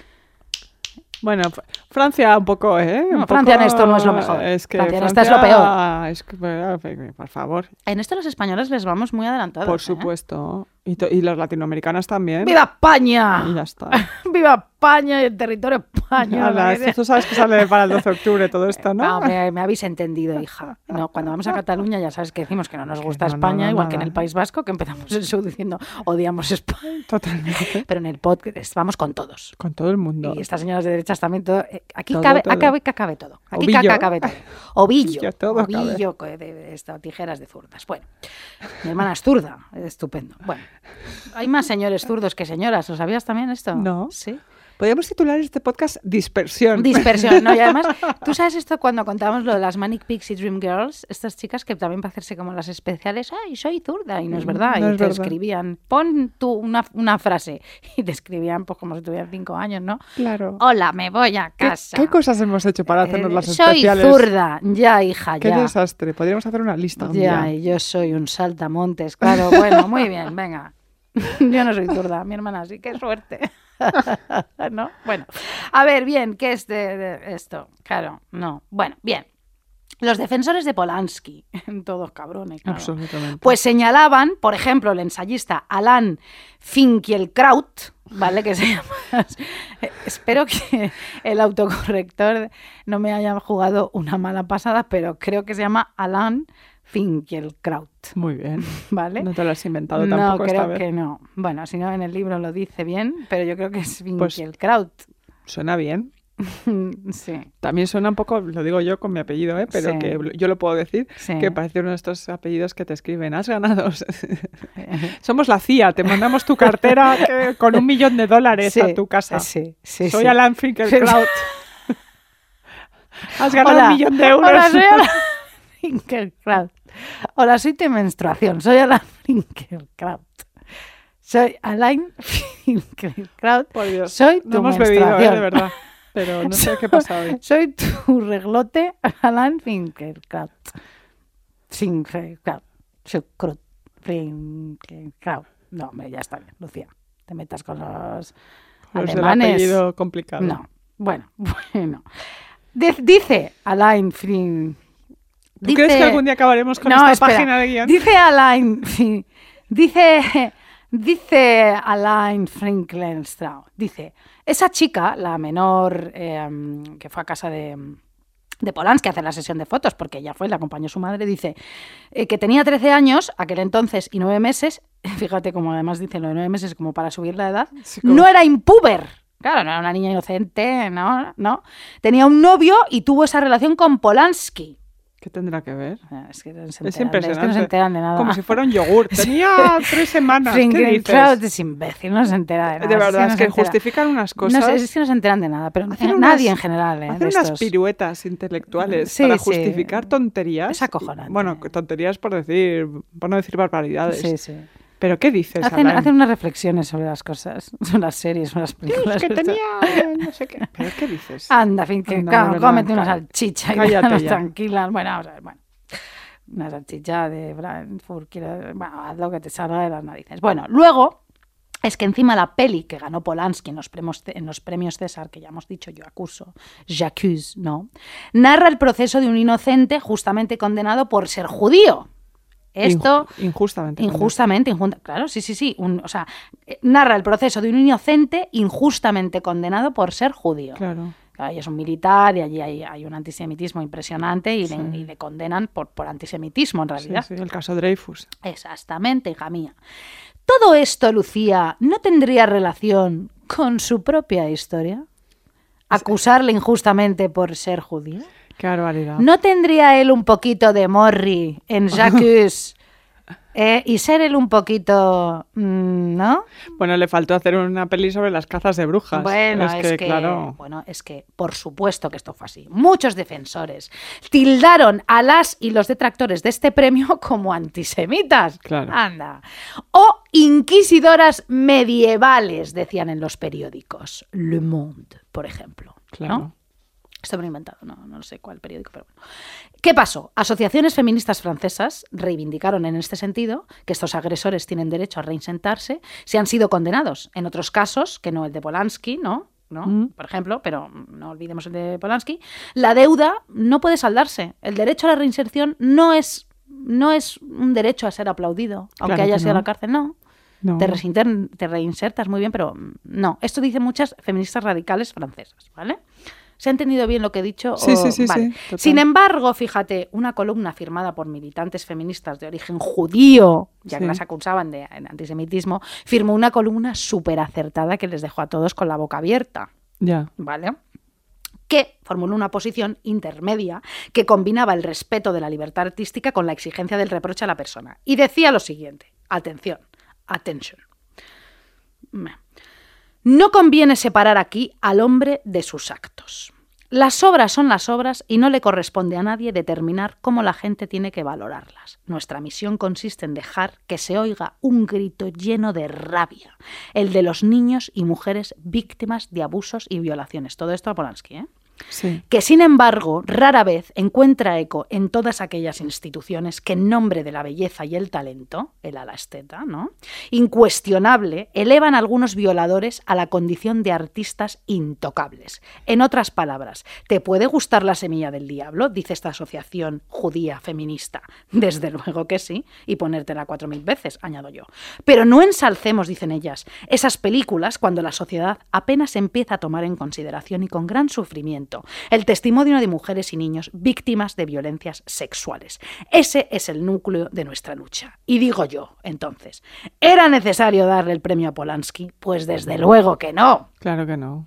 Bueno, F- Francia un poco, ¿eh? No, Un Francia en poco- esto no es lo mejor. Es que Francia en esto es lo peor. Es que, eh, por favor, En esto los españoles les vamos muy adelantados. por ¿eh? supuesto. Y, to- y los latinoamericanos también. ¡Viva España! Y ya está. ¡Viva España y el territorio español! Ala, esto tú sabes que sale para el doce de octubre todo esto, ¿no? No, me, me habéis entendido, hija. No, cuando vamos a Cataluña ya sabes que decimos que no nos gusta no, no, España, no, igual que en nada. el País Vasco, que empezamos el show diciendo odiamos España. Totalmente. Pero en el podcast vamos con todos. Con todo el mundo. Y estas señoras de derechas también todo. eh, Aquí Todo, cabe, todo. acabe, que acabe todo. Aquí Ovillo. caca cabe todo. Ovillo. Ovillo, todo cabe. Ovillo co- de, de esto, tijeras de zurdas. Bueno, mi hermana es zurda, es estupendo. Bueno, hay más señores zurdos que señoras. ¿Lo sabías también esto? No. Sí. Podríamos titular este podcast Dispersión. Dispersión, ¿no? Y además, tú sabes esto cuando contábamos lo de las Manic Pixie Dream Girls, estas chicas que también para hacerse como las especiales, ay, soy zurda, y no es verdad, No y es te verdad. escribían, pon tú una, una frase, y te escribían pues como si tuvieran cinco años, ¿no? Claro. Hola, me voy a ¿Qué, casa. qué cosas hemos hecho para hacernos Eh, las soy especiales? zurda, ya, hija, Qué ya. desastre. Podríamos hacer una lista un Ya, día. y yo soy un saltamontes, claro, bueno, muy bien, venga. Yo no soy zurda, mi hermana sí, qué suerte. ¿No? Bueno, a ver, bien, ¿qué es de, de esto? Claro, no. Bueno, bien. Los defensores de Polanski, todos cabrones, claro. Absolutamente. Pues señalaban, por ejemplo, el ensayista Alain Finkielkraut, ¿vale? Que se llama... Espero que el autocorrector no me haya jugado una mala pasada, pero creo que se llama Alain Finkielkraut, Muy bien. ¿vale? No te lo has inventado No, tampoco esta creo vez. que no. Bueno, si no en el libro lo dice bien, pero yo creo que es Pues- Finkielkraut. Suena bien. Sí, También suena un poco, lo digo yo con mi apellido, ¿eh? Pero Sí. que yo lo puedo decir, sí. que parece uno de estos apellidos que te escriben. Has ganado. Somos la C I A, te mandamos tu cartera que- con un millón de dólares Sí, a tu casa. Sí, sí, Soy sí. Alan Finkielkraut. Has ganado Hola. un millón de euros. Hola, soy Alan Finkielkraut. Hola, soy de menstruación. Soy Alan Finkielkraut. Soy Alain Finkielkraut. Por Dios. Soy tu No hemos bebido, ¿eh? menstruación. De verdad. Pero no sé qué pasa hoy. Soy tu reglote, Alan Finkielkraut. Finkielkraut. Finkielkraut. Finkielkraut. No, hombre, ya está bien, Lucía. Te metas con los Los del alemanes. apellido complicado. No, bueno, bueno. De- dice Alain Fin. ¿Tú crees que algún día acabaremos con No, esta espera. página de guión? Dice Alain Fin. Dice. Dice Alain Finkielkraut. Dice: esa chica, la menor eh, que fue a casa de. de Polanski a hacer la sesión de fotos, porque ella fue, le acompañó su madre, dice eh, que tenía trece años, aquel entonces, y nueve meses, fíjate como además dice lo de nueve meses como para subir la edad, Sí, como- no era impúber. Claro, no era una niña inocente, no, no. Tenía un novio y tuvo esa relación con Polanski. ¿Qué tendrá que ver? Ah, Es que no se Es enteran, es que no impresionante. se enteran de nada. Como si fuera un yogur. Tenía tres semanas. ¿Qué Finkielkraut dices? es imbécil, no se entera de nada. De verdad, no es se que entera. justifican unas No cosas. sé, es que no se enteran de nada, pero Hacen eh, unas- nadie en general, ¿eh? Hacen de unas estos. piruetas intelectuales Sí, para sí. justificar tonterías. Es acojonante. Bueno, tonterías por decir, por no decir barbaridades. Sí, sí. Pero ¿qué dices, Hacen, Alain? hacen unas reflexiones sobre las cosas, sobre las series, sobre las películas. Es que estas. tenía no sé qué. ¿Pero qué dices? Anda, fin, que Anda, claro, de verdad, cómete una cállate. salchicha y Cállate déjanos ya. tranquilas. Bueno, vamos a ver, bueno. Una salchicha de Frankfurt, quiero- bueno, haz lo que te salga de las narices. Bueno, luego es que encima la peli que ganó Polanski en los premios, en los premios César, que ya hemos dicho, yo acuso, j'accuse, ¿no? Narra el proceso de un inocente justamente condenado por ser judío. Esto... Inju- injustamente. Injustamente, injun- claro, sí, sí, sí. Un- o sea, eh, narra el proceso de un inocente injustamente condenado por ser judío. Claro. Claro, ella es un militar y allí hay, hay un antisemitismo impresionante y, Sí. le, y le condenan por, por antisemitismo, en Sí, realidad. sí, el caso Dreyfus. Exactamente, hija mía. Todo esto, Lucía, ¿no tendría relación con su propia historia? ¿Acusarle injustamente por ser judío? Qué barbaridad. ¿No tendría él un poquito de Morri en J'accuse eh, y ser él un poquito, mm, ¿no? Bueno, le faltó hacer una peli sobre las cazas de brujas. Bueno, es, es que, que, claro. bueno, es que por supuesto que esto fue así. Muchos defensores tildaron a las y los detractores de este premio como antisemitas. Claro. Anda. O inquisidoras medievales, decían en los periódicos. Le Monde, por ejemplo. Claro. ¿no? Esto me lo he inventado, no, no sé cuál periódico, pero bueno. ¿Qué pasó? Asociaciones feministas francesas reivindicaron en este sentido que estos agresores tienen derecho a reinsertarse si han sido condenados. En otros casos, que no el de Polanski, ¿no? ¿no? Mm. Por ejemplo, pero no olvidemos el de Polanski, la deuda no puede saldarse. El derecho a la reinserción no es, no es un derecho a ser aplaudido, aunque Claro haya que sido a no. la cárcel, no. No. Te, reinter- te reinsertas muy bien, pero no. Esto dicen muchas feministas radicales francesas, ¿vale? ¿Se ha entendido bien lo que he dicho? Sí, O- sí, sí, vale. sí, total. Sin embargo, fíjate, una columna firmada por militantes feministas de origen judío, ya que Sí. las acusaban de antisemitismo, firmó una columna súper acertada que les dejó a todos con la boca abierta, Ya. ¿vale? Que formuló una posición intermedia que combinaba el respeto de la libertad artística con la exigencia del reproche a la persona. Y decía lo siguiente, atención, attention. No conviene separar aquí al hombre de sus actos. Las obras son las obras y no le corresponde a nadie determinar cómo la gente tiene que valorarlas. Nuestra misión consiste en dejar que se oiga un grito lleno de rabia, el de los niños y mujeres víctimas de abusos y violaciones. Todo esto a Polanski, ¿eh? Sí. Que sin embargo rara vez encuentra eco en todas aquellas instituciones que en nombre de la belleza y el talento, el ala esteta, ¿no?, incuestionable, elevan a algunos violadores a la condición de artistas intocables. En otras palabras, ¿te puede gustar La semilla del diablo?, dice esta asociación judía feminista. Desde luego que sí, y ponértela cuatro mil veces, añado yo. Pero no ensalcemos, dicen ellas, esas películas cuando la sociedad apenas empieza a tomar en consideración y con gran sufrimiento el testimonio de mujeres y niños víctimas de violencias sexuales. Ese es el núcleo de nuestra lucha. Y digo yo, entonces, ¿era necesario darle el premio a Polanski? Pues desde luego que no. Claro que no.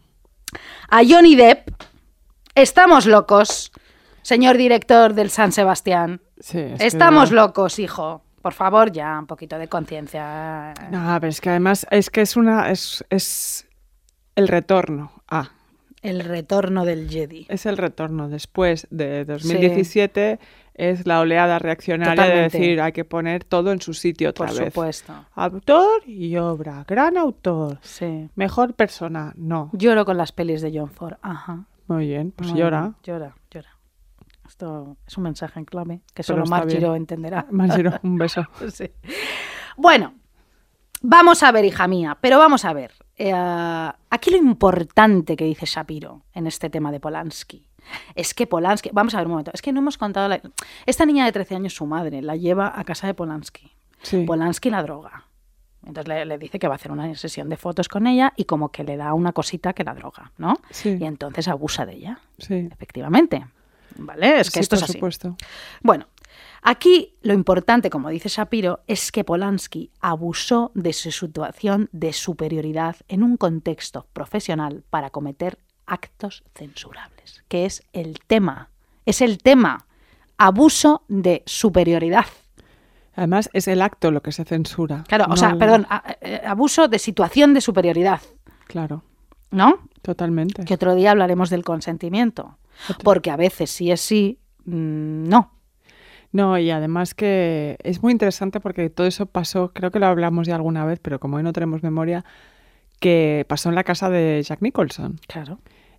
A Johnny Depp, estamos locos, señor director del San Sebastián. Sí, es estamos que... locos, hijo. Por favor, ya, un poquito de conciencia. No, pero es que además es que es una es, es el retorno a... El retorno del Jedi. Es el retorno. Después de dos mil diecisiete sí. Es la oleada reaccionaria Totalmente. De decir hay que poner todo en su sitio otra Por vez. Por supuesto. Autor y obra. Gran autor. Sí. Mejor persona. No. Lloro con las pelis de John Ford. Ajá. Muy bien. Pues Muy llora. Bien. Llora, llora. Esto es un mensaje en clave que Pero solo Marc Giró entenderá. Marc Giró, un beso. Sí. Bueno, vamos a ver, hija mía, pero vamos a ver. Eh, aquí lo importante que dice Shapiro en este tema de Polanski es que Polanski... Vamos a ver un momento. Es que no hemos contado... La, esta niña de trece años, su madre, la lleva a casa de Polanski. Sí. Polanski la droga. Entonces le, le dice que va a hacer una sesión de fotos con ella y como que le da una cosita que la droga, ¿no? Sí. Y entonces abusa de ella. Sí. Efectivamente. ¿Vale? Es que sí, esto por es así. Supuesto. Bueno, aquí lo importante, como dice Shapiro, es que Polanski abusó de su situación de superioridad en un contexto profesional para cometer actos censurables, que es el tema. Es el tema. Abuso de superioridad. Además, es el acto lo que se censura. Claro, no o sea, el... perdón, a, a, abuso de situación de superioridad. Claro. ¿No? Totalmente. Que otro día hablaremos del consentimiento. Total. Porque a veces sí es sí, mmm, no. No, y además que es muy interesante porque todo eso pasó, creo que lo hablamos ya alguna vez, pero como hoy no tenemos memoria, que pasó en la casa de Jack Nicholson. Claro.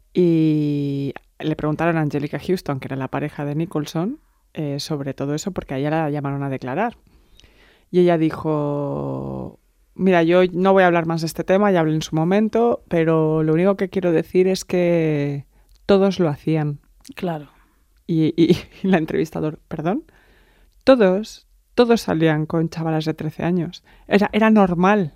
Y le preguntaron a Angelica Houston, que era la pareja de Nicholson, eh, sobre todo eso, porque a ella la llamaron a declarar. Y ella dijo, mira, yo no voy a hablar más de este tema, ya hablé en su momento, pero lo único que quiero decir es que todos lo hacían. Claro. Y, y, y la entrevistadora, ¿perdón? Todos, todos salían con chavalas de trece años. Era, era normal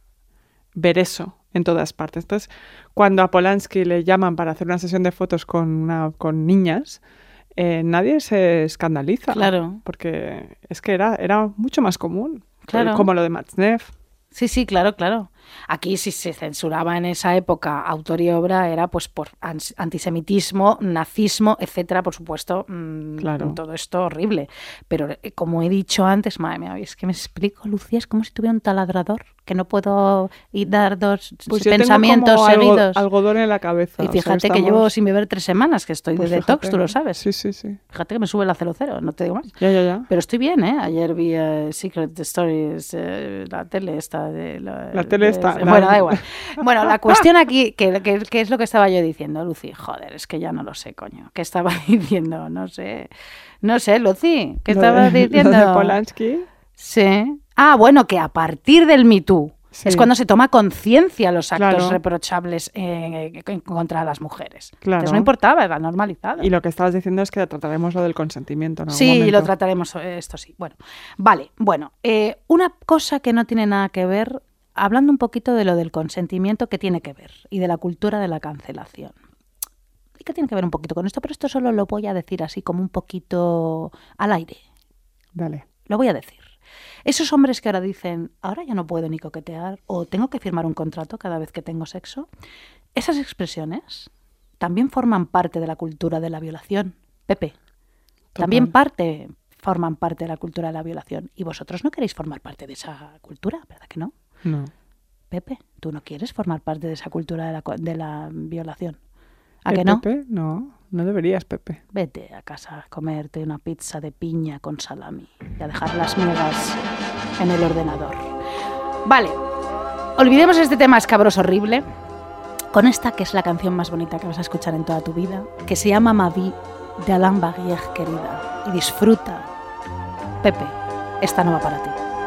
ver eso en todas partes. Entonces, cuando a Polanski le llaman para hacer una sesión de fotos con, una, con niñas, eh, nadie se escandaliza. Claro. Porque es que era, era mucho más común. Claro. Como lo de Matzneff. Sí, sí, claro, claro. Aquí si se censuraba en esa época autor y obra era pues por antisemitismo, nazismo, etcétera, por supuesto, mmm, claro. Todo esto horrible. Pero eh, como he dicho antes, madre mía, es que me explico, Lucía, es como si tuviera un taladrador, que no puedo ir dar dos pues pensamientos yo tengo como seguidos. Algo, algodón en la cabeza. Y fíjate, o sea, estamos... que llevo sin beber tres semanas, que estoy pues de detox, tú lo sabes. Sí, sí, sí. Fíjate que me sube la cero cero, no te digo más. Ya, ya, ya. Pero estoy bien, ¿eh? Ayer vi uh, Secret Stories, uh, la tele esta de... La, la tele está... De, bueno, da igual. Bueno, la cuestión aquí, que, que, que es lo que estaba yo diciendo, Lucy, joder, es que ya no lo sé, coño. ¿Qué estaba diciendo? No sé. No sé, Lucy, ¿qué lo estabas de, diciendo? ¿Lo de Polanski? Sí. Ah, bueno, que a partir del Me Too sí. es cuando se toma conciencia los actos claro. reprochables eh, contra las mujeres. Claro. Entonces no importaba, era normalizado. Y lo que estabas diciendo es que trataremos lo del consentimiento, ¿no? Sí, lo trataremos, esto sí. Bueno, vale, bueno, eh, una cosa que no tiene nada que ver, hablando un poquito de lo del consentimiento, que tiene que ver, y de la cultura de la cancelación. Y que tiene que ver un poquito con esto, pero esto solo lo voy a decir así como un poquito al aire. Dale. Lo voy a decir. Esos hombres que ahora dicen, ahora ya no puedo ni coquetear, o tengo que firmar un contrato cada vez que tengo sexo, esas expresiones también forman parte de la cultura de la violación, Pepe. Total. También parte, forman parte de la cultura de la violación. Y vosotros no queréis formar parte de esa cultura, ¿verdad que no? No. Pepe, ¿tú no quieres formar parte de esa cultura de la, co- de la violación? ¿A ¿Eh, que no? Pepe? No, no deberías, Pepe. Vete a casa a comerte una pizza de piña con salami y a dejar las migas en el ordenador. Vale, olvidemos este tema escabroso horrible con esta que es la canción más bonita que vas a escuchar en toda tu vida, que se llama Ma vie de Alain Barrière, querida. Y disfruta. Pepe, esta no va para ti.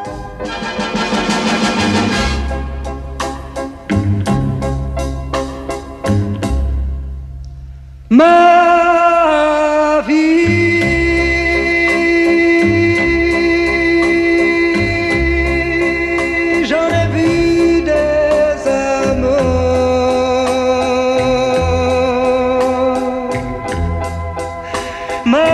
Ma vie, j'en ai vu des amours. Ma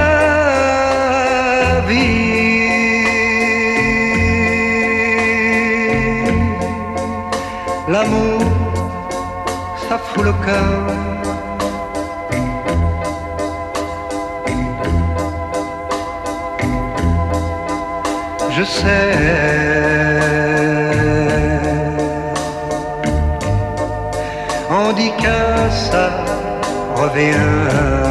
vie, l'amour, ça fout le cœur. Je sais, on dit que ça revient.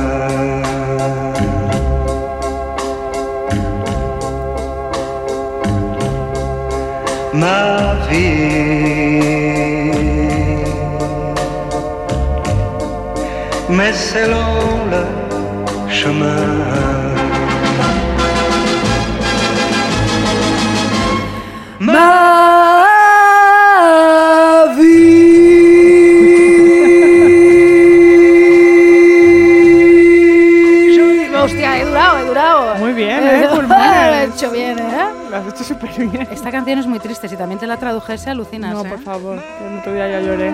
Ma vie, mais c'est long le chemin. Ma vie. Hostia, he durado, he durado. Muy bien, ¿eh? Lo he Pulmones. hecho bien, ¿eh? Lo has hecho súper bien. Esta canción es muy triste. Si también te la tradujese, alucinas. No, ¿eh? por favor, que el otro día ya lloré.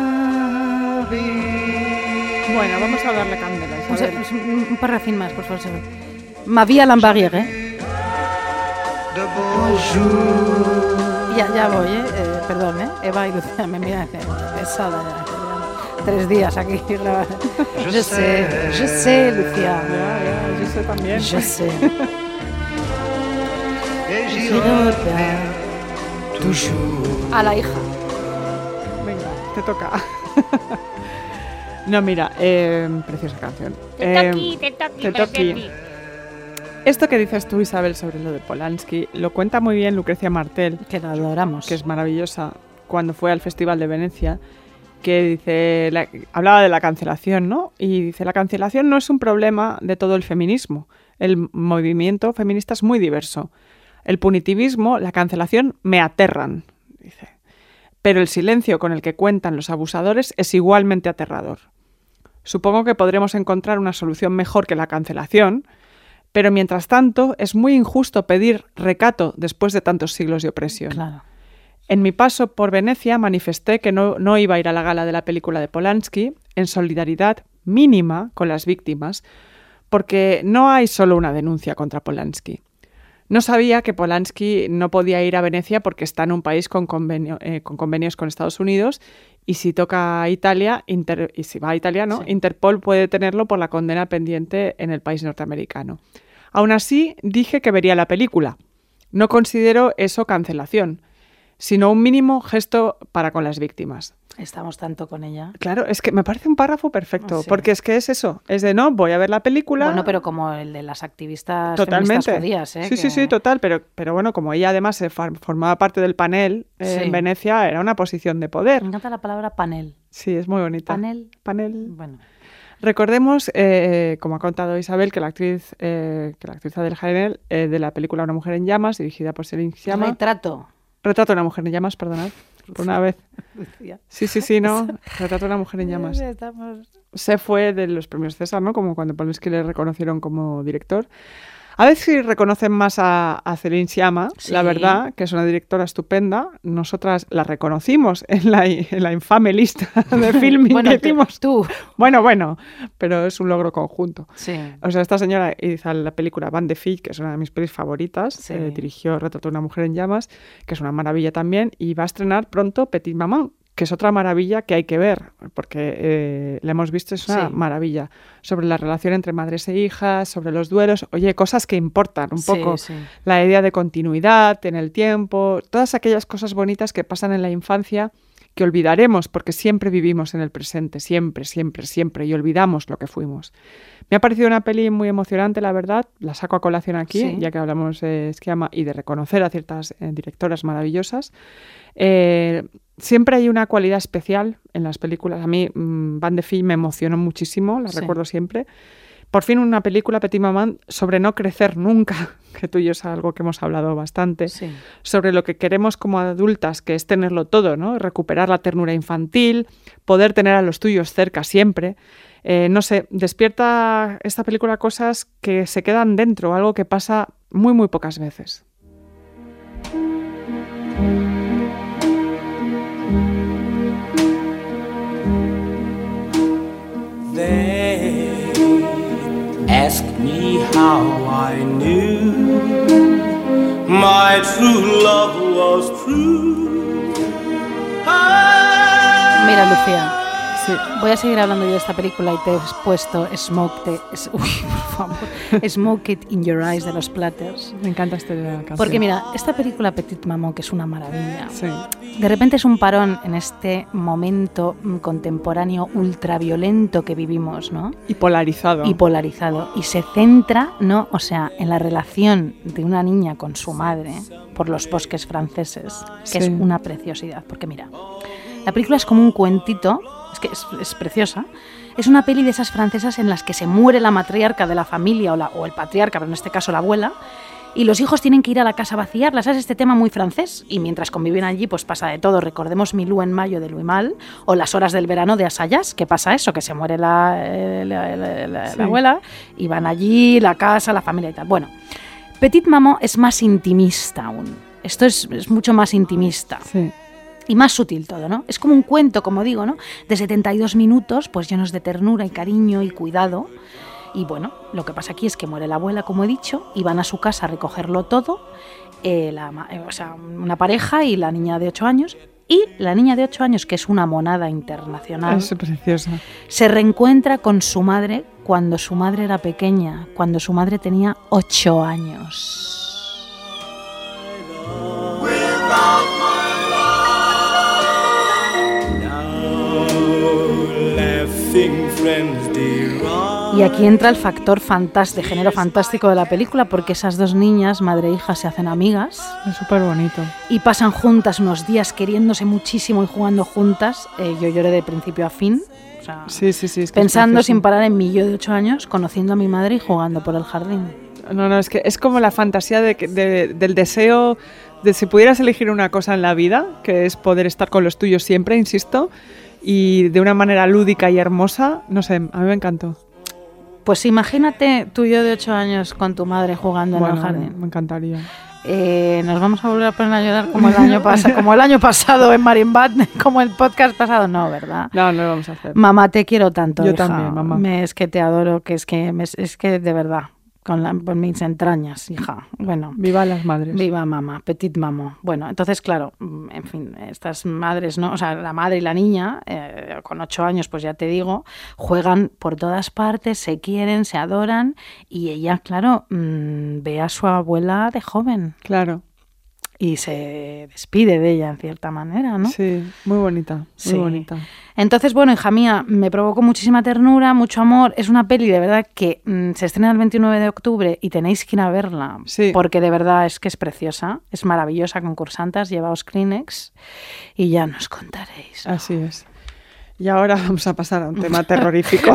Bueno, vamos a darle candela, Un, se- Isabel. un, un parrafín más, por favor. Isabel. Ma vie Alain Barrière, ¿eh? De beaux jours. Ya, ya voy, ¿eh? Eh, Perdón, ¿eh? Eva y Lucía me miran que pesada ya. que llevan Tres días aquí grabando. Je sais, je sais, Lucía. Ya, ya, yo sé también. Je sais. Et j'y Je reviens reviens toujours. A la hija. Venga, te toca. No, mira, eh, preciosa canción. Te Eh, toqui, te toqui, te presenti. toqui. Esto que dices tú, Isabel, sobre lo de Polanski, lo cuenta muy bien Lucrecia Martel, Que la adoramos. que es maravillosa, cuando fue al Festival de Venecia, que dice, la- hablaba de la cancelación, ¿no? Y dice, la cancelación no es un problema de todo el feminismo. El movimiento feminista es muy diverso. El punitivismo, la cancelación, me aterran, dice. Pero el silencio con el que cuentan los abusadores es igualmente aterrador. Supongo que podremos encontrar una solución mejor que la cancelación, pero mientras tanto es muy injusto pedir recato después de tantos siglos de opresión. Claro. En mi paso por Venecia manifesté que no, no iba a ir a la gala de la película de Polanski en solidaridad mínima con las víctimas, porque no hay solo una denuncia contra Polanski. No sabía que Polanski no podía ir a Venecia porque está en un país con, convenio, eh, con convenios con Estados Unidos y si toca a Italia, Inter, y si va a Italia, ¿no? Sí. Interpol puede tenerlo por la condena pendiente en el país norteamericano. Aún así, dije que vería la película. No considero eso cancelación, sino un mínimo gesto para con las víctimas. Estamos tanto con ella. Claro, es que me parece un párrafo perfecto, Sí. porque es que es eso, es de no, voy a ver la película. Bueno, pero como el de las activistas Totalmente. feministas judías, ¿eh? Sí, sí, Que- sí, total, pero, pero bueno, como ella además se far- formaba parte del panel eh, Sí. en Venecia, era una posición de poder. Me encanta la palabra panel. Sí, es muy bonita. Panel. Panel. Bueno. Recordemos, eh, como ha contado Isabel, que la actriz, eh, que la actriz Adele Haenel, eh, de la película Una mujer en llamas, dirigida por Céline Sciamma. Retrato. Retrato de una mujer en llamas, perdonad, por una vez. Lucía. Sí, sí, sí, no. Retrato de una mujer en llamas. Estamos... Se fue de los premios César, ¿no? Como cuando Polanski le reconocieron como director. A ver si reconocen más a, a Céline Sciamma, Sí. la verdad, que es una directora estupenda. Nosotras la reconocimos en la, en la infame lista de filming Bueno, que tú- hicimos. tú. Bueno, bueno, pero es un logro conjunto. Sí. O sea, esta señora hizo la película Van de Fille, que es una de mis pelis favoritas. Sí. Eh, dirigió Retrato de una mujer en llamas, que es una maravilla también. Y va a estrenar pronto Petit Maman, que es otra maravilla que hay que ver, porque eh, la hemos visto, es una Sí. maravilla, sobre la relación entre madres e hijas, sobre los duelos, oye, cosas que importan un Sí, poco, sí. la idea de continuidad en el tiempo, todas aquellas cosas bonitas que pasan en la infancia que olvidaremos porque siempre vivimos en el presente, siempre, siempre, siempre, y olvidamos lo que fuimos. Me ha parecido una peli muy emocionante, la verdad, la saco a colación aquí, Sí. ya que hablamos de Sciamma y de reconocer a ciertas eh, directoras maravillosas. Eh, siempre hay una cualidad especial en las películas. A mí, mmm, Van de Fille me emocionó muchísimo, la Sí. recuerdo siempre. Por fin una película, Petit Maman, sobre no crecer nunca, que tú y yo es algo que hemos hablado bastante, Sí. sobre lo que queremos como adultas, que es tenerlo todo, ¿no? Recuperar la ternura infantil, poder tener a los tuyos cerca siempre. Eh, no sé, despierta esta película cosas que se quedan dentro, algo que pasa muy, muy pocas veces. They asked me how I knew my true love was true. I Mira, Lucía, Sí. voy a seguir hablando yo de esta película y te he puesto Smoke, the, es- uy, por favor, Smoke It in Your Eyes de los Platters. Me encanta esta canción. Porque mira, esta película Petit Maman, que es una maravilla, Sí, de repente es un parón en este momento mm, contemporáneo ultraviolento que vivimos, ¿no? y polarizado. Y polarizado. Y se centra, ¿no? O sea, en la relación de una niña con su madre por los bosques franceses, que es Sí. una preciosidad. Porque mira, la película es como un cuentito, es que es, es preciosa. Es una peli de esas francesas en las que se muere la matriarca de la familia o, la, o el patriarca, pero en este caso la abuela, y los hijos tienen que ir a la casa a vaciarla. ¿Sabes? Este tema muy francés. Y mientras conviven allí, pues pasa de todo. Recordemos Milú en mayo de Louis Malle o Las horas del verano de Assayas, que pasa eso, que se muere la, eh, la, la- la- Sí. la abuela y van allí, la casa, la familia y tal. Bueno, Petit Maman es más intimista aún. Esto es, es mucho más intimista. Sí. Y más sutil todo, ¿no? Es como un cuento, como digo, ¿no? De setenta y dos minutos, pues llenos de ternura y cariño y cuidado. Y bueno, lo que pasa aquí es que muere la abuela, como he dicho, y van a su casa a recogerlo todo, eh, la ma- eh, o sea, una pareja y la niña de ocho años. Y la niña de ocho años, que es una monada internacional, Es preciosa. se reencuentra con su madre cuando su madre era pequeña, cuando su madre tenía ocho años. laughing friends dear. Y aquí entra el factor fantástico, de género fantástico de la película, porque esas dos niñas, madre e hija, se hacen amigas Es súper bonito. y pasan juntas unos días queriéndose muchísimo y jugando juntas. Eh, yo lloré de principio a fin, o sea, Sí, sí, sí. Es que es pensando precioso. sin parar en mí, yo de ocho años, conociendo a mi madre y jugando por el jardín. No, no, es que es como la fantasía de, que- de- del deseo de si pudieras elegir una cosa en la vida, que es poder estar con los tuyos siempre, insisto, y de una manera lúdica y hermosa, no sé, a mí me encantó. Pues imagínate tú y yo de ocho años con tu madre jugando en Bueno, el jardín. me encantaría. Eh, nos vamos a volver a poner a llorar como el año pasado, como el año pasado en Marimbad, como el podcast pasado, no, ¿verdad? No, no lo vamos a hacer. Mamá, te quiero tanto, Yo hija. también, mamá. Me- es que te adoro, que es que me- es que de verdad, con, la, con mis entrañas, hija. Bueno, Viva las madres. viva mamá, petit maman. Bueno, entonces, claro, mm, en fin, estas madres, ¿no? O sea, la madre y la niña, eh, con ocho años, pues ya te digo, juegan por todas partes, se quieren, se adoran, y ella, claro, mm, ve a su abuela de joven Claro, y se despide de ella en cierta manera, ¿no? sí, muy bonita, muy Sí. bonita. Entonces, bueno, hija mía, me provocó muchísima ternura, mucho amor. Es una peli de verdad que mm, se estrena el veintinueve de octubre y tenéis que ir a verla. Sí. Porque de verdad es que es preciosa, es maravillosa, concursantas, llevaos Kleenex y ya nos contaréis. ¿no? Así es. Y ahora vamos a pasar a un tema terrorífico.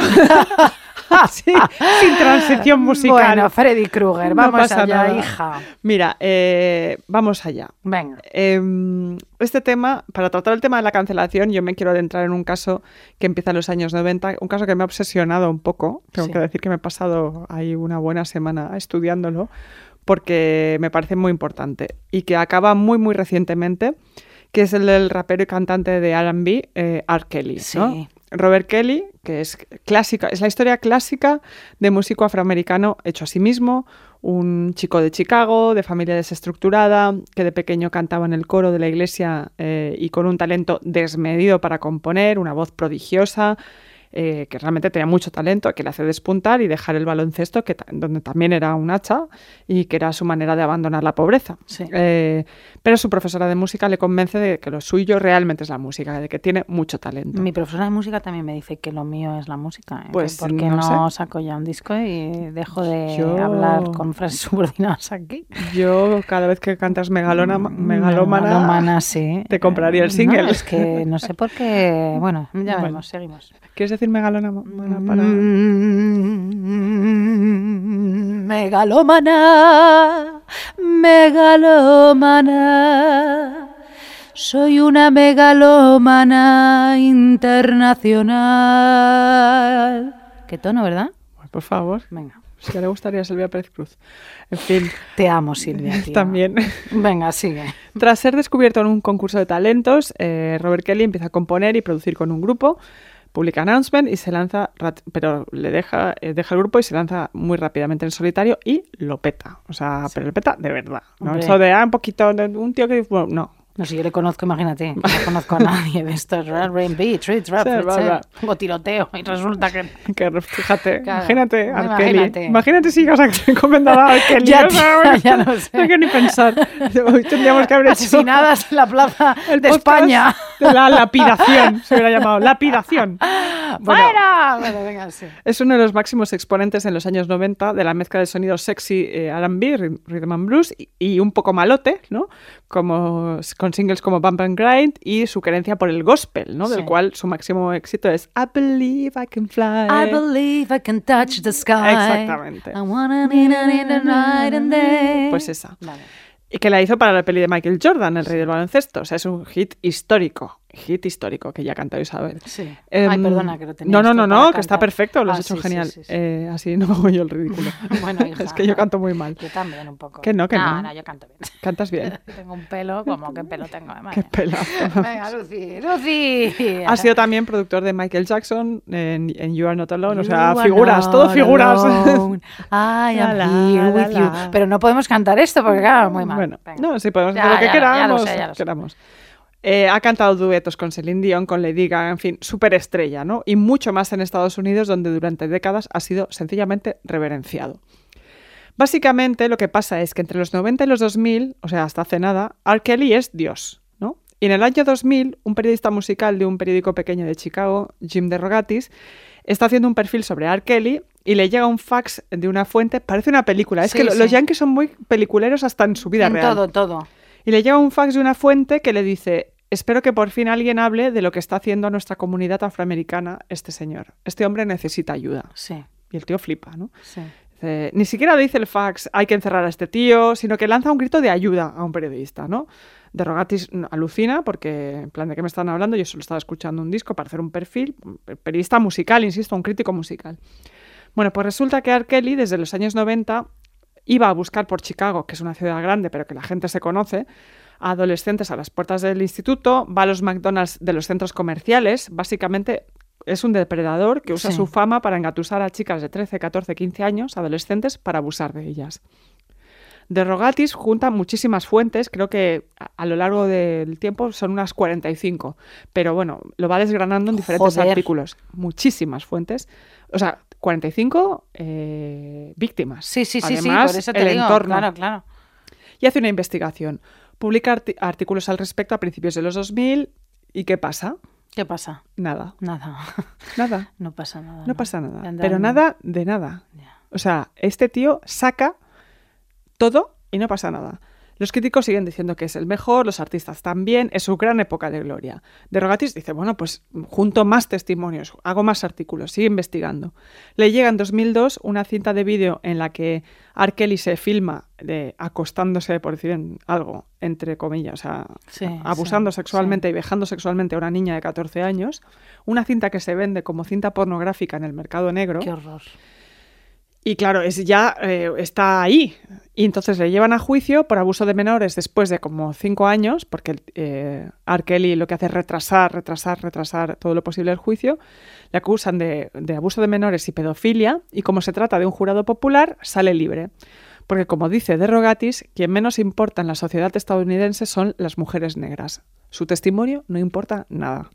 Sí, sin transición musical. Bueno, Freddy Krueger, No vamos pasa allá, nada. hija. Mira, eh, vamos allá. Venga. Eh, este tema, para tratar el tema de la cancelación, yo me quiero adentrar en un caso que empieza en los años noventa, un caso que me ha obsesionado un poco. Tengo Sí. que decir que me he pasado ahí una buena semana estudiándolo, porque me parece muy importante y que acaba muy, muy recientemente, que es el del rapero y cantante de R and B, eh, R. Kelly, Sí. ¿no? Robert Kelly, que es clásica, es la historia clásica de músico afroamericano hecho a sí mismo, un chico de Chicago, de familia desestructurada, que de pequeño cantaba en el coro de la iglesia eh, y con un talento desmedido para componer, una voz prodigiosa, eh, que realmente tenía mucho talento, que le hace despuntar y dejar el baloncesto, que donde también era un hacha y que era su manera de abandonar la pobreza. Sí. Eh, pero su profesora de música le convence de que lo suyo realmente es la música, de que tiene mucho talento. Mi profesora de música también me dice que lo mío es la música. ¿eh? Pues, ¿Por qué no no, sé. saco ya un disco y dejo de Yo- hablar con frases subordinadas aquí? Yo, cada vez que cantas megalona, megalómana, Megalómana, sí. te compraría el No, single. es que no sé por qué... Bueno, ya Bueno. veremos, seguimos. ¿Quieres decir megalona mana para...? Mm, Megalómana, megalómana, soy una megalómana internacional. Qué tono, ¿verdad? Pues, por favor, Venga. si ya le gustaría a Silvia Pérez Cruz. En fin, Te amo, Silvia, tío. también. Venga, sigue. Tras ser descubierto en un concurso de talentos, eh, Robert Kelly empieza a componer y producir con un grupo, publica Announcement y se lanza, rat- pero le deja, eh, deja el grupo y se lanza muy rápidamente en solitario y lo peta. O sea, pero lo peta de verdad. ¿no? Hombre. Eso de ah, un poquito, de un tío que... Bueno, no. No, si yo le conozco, imagínate, no conozco a nadie de estos, R and B, Tree Trap, Sí, va, va. pongo tiroteo y resulta que... Que fíjate, Claro, imagínate, R. Kelly. imagínate. Imagínate si ibas a recomendar a R. Kelly. Ya, o sea, tía, bueno, ya lo sé. No hay que ni pensar. Hoy tendríamos que haber hecho Asesinadas en la plaza el de podcast España. de la lapidación, se hubiera llamado lapidación. Bueno, ¡Fuera! Bueno, venga, sí. es uno de los máximos exponentes en los años noventa de la mezcla de sonidos sexy eh, R and B, ry- rhythm and blues y, y un poco malote, ¿no? Como con singles como Bump and Grind y su querencia por el gospel, ¿no? Del Sí. cual su máximo éxito es I Believe I Can Fly. I believe I can touch the sky. Exactamente. I wanna be in the night and day. Pues esa. Vale. Y que la hizo para la peli de Michael Jordan, El Rey del Baloncesto. O sea, es un hit histórico. Hit histórico que ya ha cantado Isabel. Sí. Em, Ay, perdona, que lo tenía No, no, esto no, para no, que está cantar. perfecto, lo has Ah, hecho sí, genial. sí, sí, sí. Eh, así no me hago yo el ridículo. Bueno, hija, es que yo canto muy mal. Yo también un poco. Que no, que no. No, yo canto bien. Cantas bien. Tengo un pelo, como qué pelo tengo, además. Qué pelazo. Venga, Lucy, Lucy. Ha sido también productor de Michael Jackson en, en You Are Not Alone. O sea, You are figuras, not todo figuras. alone. I am La, la, here la, with you. la. Pero no podemos cantar esto porque, claro, muy mal. Bueno, Venga. no, sí podemos Ya, hacer lo que ya, ya lo queramos. sé, ya lo sé. queramos. Eh, ha cantado duetos con Celine Dion, con Lady Gaga, en fin, superestrella, ¿no? Y mucho más en Estados Unidos, donde durante décadas ha sido sencillamente reverenciado. Básicamente lo que pasa es que entre los noventa y los dos mil, o sea, hasta hace nada, R. Kelly es Dios, ¿no? Y en el año dos mil, un periodista musical de un periódico pequeño de Chicago, Jim DeRogatis, está haciendo un perfil sobre R. Kelly y le llega un fax de una fuente, parece una película, es Sí, que lo- sí. los yankees son muy peliculeros hasta en su vida En real. todo, todo. Y le llega un fax de una fuente que le dice: espero que por fin alguien hable de lo que está haciendo a nuestra comunidad afroamericana este señor. Este hombre necesita ayuda. Sí, Y el tío flipa, ¿no? sí. Dice, ni siquiera dice el fax, hay que encerrar a este tío, sino que lanza un grito de ayuda a un periodista, ¿no? DeRogatis mm, alucina porque, en plan, ¿de qué me están hablando? Yo solo estaba escuchando un disco para hacer un perfil, un periodista musical, insisto, un crítico musical. Bueno, pues resulta que R. Kelly, desde los años noventa, iba a buscar por Chicago, que es una ciudad grande, pero que la gente se conoce, a adolescentes a las puertas del instituto, va a los McDonald's de los centros comerciales, básicamente es un depredador que usa Sí. su fama para engatusar a chicas de trece, catorce, quince años, adolescentes, para abusar de ellas. DeRogatis junta muchísimas fuentes, creo que a, a lo largo del tiempo son unas cuarenta y cinco, pero bueno, lo va desgranando en diferentes Joder. artículos. Muchísimas fuentes. O sea, cuarenta y cinco eh, víctimas. Sí, sí, sí, sí, Además, por eso te el digo. entorno. Claro, claro. Y hace una investigación. Publica arti- artículos al respecto a principios de los dos mil. ¿Y qué pasa? ¿Qué pasa? Nada. Nada. Nada. No pasa nada. No pasa nada. Andan- Pero nada de nada. Ya. O sea, este tío saca todo y no pasa nada. Los críticos siguen diciendo que es el mejor, los artistas también, es su gran época de gloria. DeRogatis dice, bueno, pues junto más testimonios, hago más artículos, sigue investigando. Le llega en dos mil dos una cinta de vídeo en la que R. Kelly se filma de, acostándose, por decir en algo, entre comillas, o sea, Sí, abusando sí, sexualmente y vejando sexualmente a una niña de catorce años. Una cinta que se vende como cinta pornográfica en el mercado negro. Qué horror. Y claro, es ya eh, está ahí. Y entonces le llevan a juicio por abuso de menores después de como cinco años, porque eh, R. Kelly lo que hace es retrasar, retrasar, retrasar todo lo posible el juicio. Le acusan de, de abuso de menores y pedofilia, y como se trata de un jurado popular, sale libre. Porque, como dice De Rogatis, quien menos importa en la sociedad estadounidense son las mujeres negras. Su testimonio no importa nada.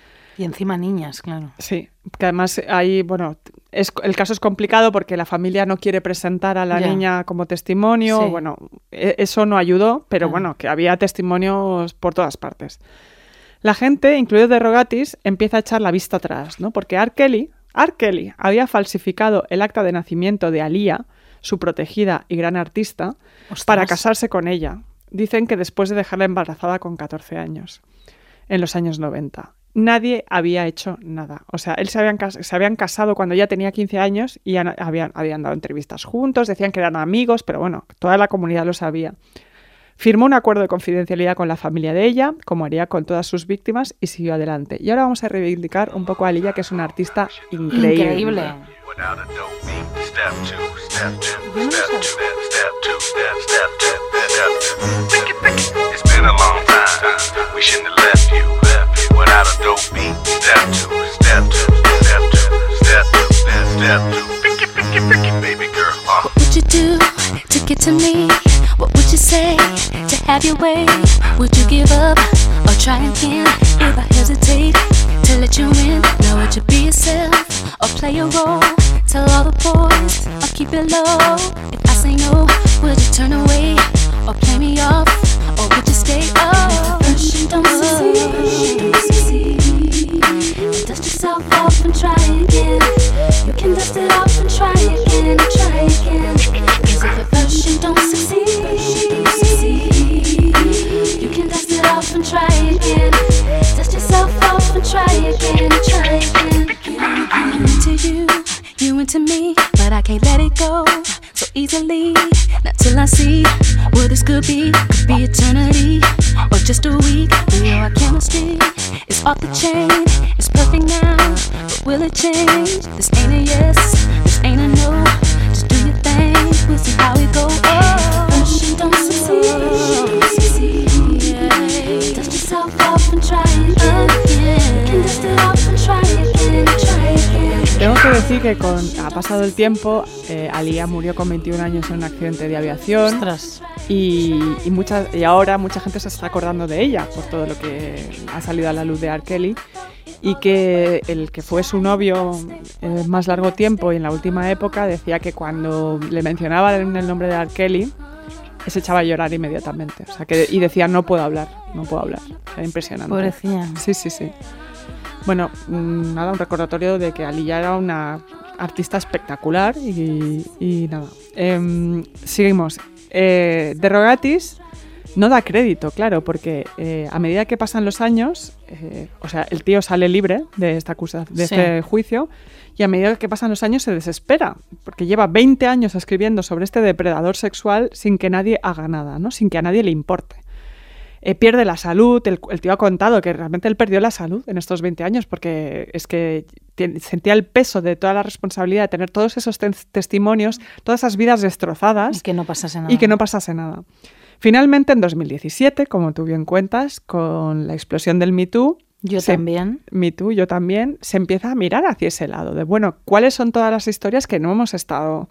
Y encima niñas, claro. Sí, que además ahí, bueno, es, el caso es complicado porque la familia no quiere presentar a la Ya. niña como testimonio. Sí. Bueno, e- eso no ayudó, pero Ah. bueno, que había testimonios por todas partes. La gente, incluido De Rogatis, empieza a echar la vista atrás, ¿no? Porque R. Kelly, R. Kelly había falsificado el acta de nacimiento de Aaliyah, su protegida y gran artista, Ostras. para casarse con ella. Dicen que después de dejarla embarazada con catorce años, en los años noventa. Nadie había hecho nada. O sea, él se habían, cas- se habían casado cuando ella tenía quince años y ya habían, habían dado entrevistas juntos, decían que eran amigos, pero bueno, toda la comunidad lo sabía. Firmó un acuerdo de confidencialidad con la familia de ella, como haría con todas sus víctimas, y siguió adelante. Y ahora vamos a reivindicar un poco a Aaliyah, que es una artista increíble. Increíble. Without a dope beat, step two, step two, Yo no step sé. two, step two, step, step two, step two. Pick it, pick it. It's been a long time. We shouldn't have left you, left you. Without a dope beat, step two, step two, step two, step two, step, step two. Pick it, pick it, pick it, baby girl. Uh. What would you do to get to me? What would you say to have your way? Would you give up or try again? If I hesitate to let you in, now would you be yourself or play a role? Tell all the boys I'll keep it low. If I say no, would you turn away or play me off? Or would you stay? Oh, if you don't succeed, don't succeed. Dust yourself off and try again. You can dust it off and try again, try again. Cause if at first you don't succeed, succeed, you can dust it off and try again. Dust yourself off and try again, try again. I'm into you, you into me, but I can't let it go so easily. Not till I see what this could be. Could be eternity or just a week. We know our chemistry is off the chain. It's perfect now, but will it change? This ain't a yes, this ain't a no. Just do your thing, we'll see how it goes. Oh, first you don't succeed, succeed. Yeah. Dust yourself off and try again. You can dust it off and try again, try again. Tengo que decir que con, ha pasado el tiempo, eh, Aaliyah murió con veintiún años en un accidente de aviación. Ostras. Y, y, mucha, y ahora mucha gente se está acordando de ella por todo lo que ha salido a la luz de R. Kelly, y que el que fue su novio eh, más largo tiempo y en la última época decía que cuando le mencionaban el nombre de R. Kelly se echaba a llorar inmediatamente, o sea, que, y decía no puedo hablar, no puedo hablar. Era impresionante. Pobrecilla. Sí, sí, sí. Bueno, mmm, nada, un recordatorio de que Aaliyah era una artista espectacular y, y nada. Eh, seguimos. Eh, De Rogatis no da crédito, claro, porque eh, a medida que pasan los años, eh, o sea, el tío sale libre de, esta acusa, de Sí. este juicio, y a medida que pasan los años se desespera, porque lleva veinte años escribiendo sobre este depredador sexual sin que nadie haga nada, ¿no? Sin que a nadie le importe. Eh, pierde la salud, el, el tío ha contado que realmente él perdió la salud en estos veinte años porque es que t- sentía el peso de toda la responsabilidad de tener todos esos te- testimonios, todas esas vidas destrozadas Y que no pasase nada. y que no pasase nada. Finalmente, en dos mil diecisiete, como tú bien cuentas, con la explosión del Me Too, Yo se- también. Me Too, yo también, se empieza a mirar hacia ese lado de, bueno, ¿cuáles son todas las historias que no hemos estado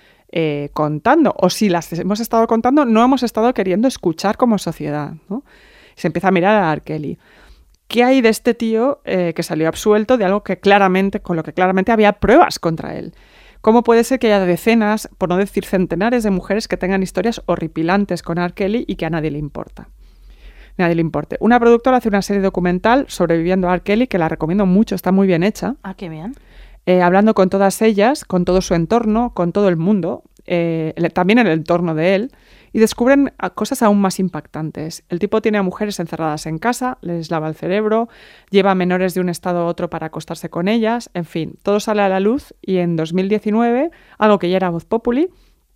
eh, contando? O si las hemos estado contando, no hemos estado queriendo escuchar como sociedad, ¿no? Se empieza a mirar a R. Kelly. ¿Qué hay de este tío eh, que salió absuelto de algo que claramente, con lo que claramente había pruebas contra él? ¿Cómo puede ser que haya decenas, por no decir centenares, de mujeres que tengan historias horripilantes con R. Kelly y que a nadie le importa? Nadie le importe. Una productora hace una serie documental sobreviviendo a R. Kelly que la recomiendo mucho, está muy bien hecha. Ah, qué bien. Eh, hablando con todas ellas, con todo su entorno, con todo el mundo, eh, el- también el entorno de él, y descubren a- cosas aún más impactantes. El tipo tiene a mujeres encerradas en casa, les lava el cerebro, lleva a menores de un estado a otro para acostarse con ellas, en fin, todo sale a la luz y en dos mil diecinueve, algo que ya era voz populi,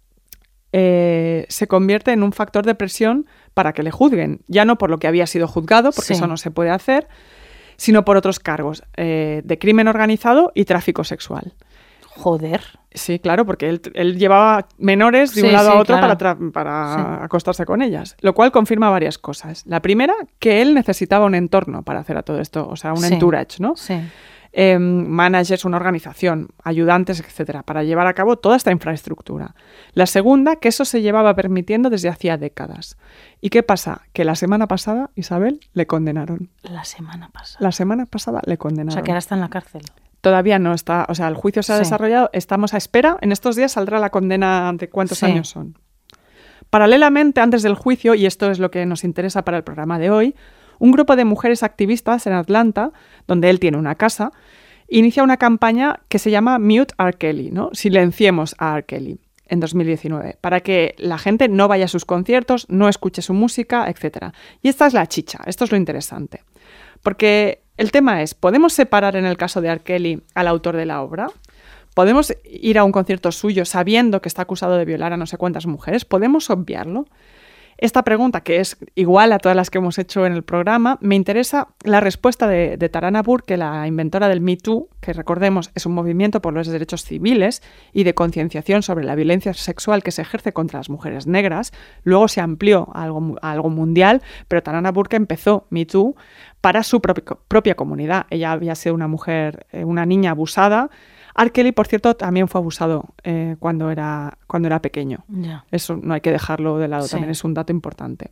eh, se convierte en un factor de presión para que le juzguen, ya no por lo que había sido juzgado, porque Sí. eso no se puede hacer, sino por otros cargos eh, de crimen organizado y tráfico sexual. Joder. Sí, claro, porque él, él llevaba menores de Sí, un lado sí, a otro claro. para, tra- para Sí. acostarse con ellas, lo cual confirma varias cosas. La primera, que él necesitaba un entorno para hacer a todo esto, o sea, un Sí. entourage, ¿no? Sí. eh, managers, una organización, ayudantes, etcétera, para llevar a cabo toda esta infraestructura. La segunda, que eso se llevaba permitiendo desde hacía décadas. ¿Y qué pasa? Que la semana pasada, Isabel, le condenaron. La semana pasada. La semana pasada le condenaron. O sea, que ahora está en la cárcel. Todavía no está, o sea, el juicio se ha Sí. desarrollado, estamos a espera, en estos días saldrá la condena de cuántos Sí. años son. Paralelamente, antes del juicio, y esto es lo que nos interesa para el programa de hoy, un grupo de mujeres activistas en Atlanta, donde él tiene una casa, inicia una campaña que se llama Mute R. Kelly, ¿no? Silenciemos a R. Kelly, en dos mil diecinueve, para que la gente no vaya a sus conciertos, no escuche su música, etcétera. Y esta es la chicha, esto es lo interesante. Porque el tema es, ¿podemos separar en el caso de R. Kelly al autor de la obra? ¿Podemos ir a un concierto suyo sabiendo que está acusado de violar a no sé cuántas mujeres? ¿Podemos obviarlo? Esta pregunta, que es igual a todas las que hemos hecho en el programa, me interesa la respuesta de, de Tarana Burke, la inventora del Me Too, que recordemos es un movimiento por los derechos civiles y de concienciación sobre la violencia sexual que se ejerce contra las mujeres negras. Luego se amplió a algo, a algo mundial, pero Tarana Burke empezó Me Too para su propio, propia comunidad. Ella había sido una mujer, eh, una niña abusada. R. Kelly, por cierto, también fue abusado eh, cuando, era, cuando era pequeño. Ya. Eso no hay que dejarlo de lado, Sí. también es un dato importante.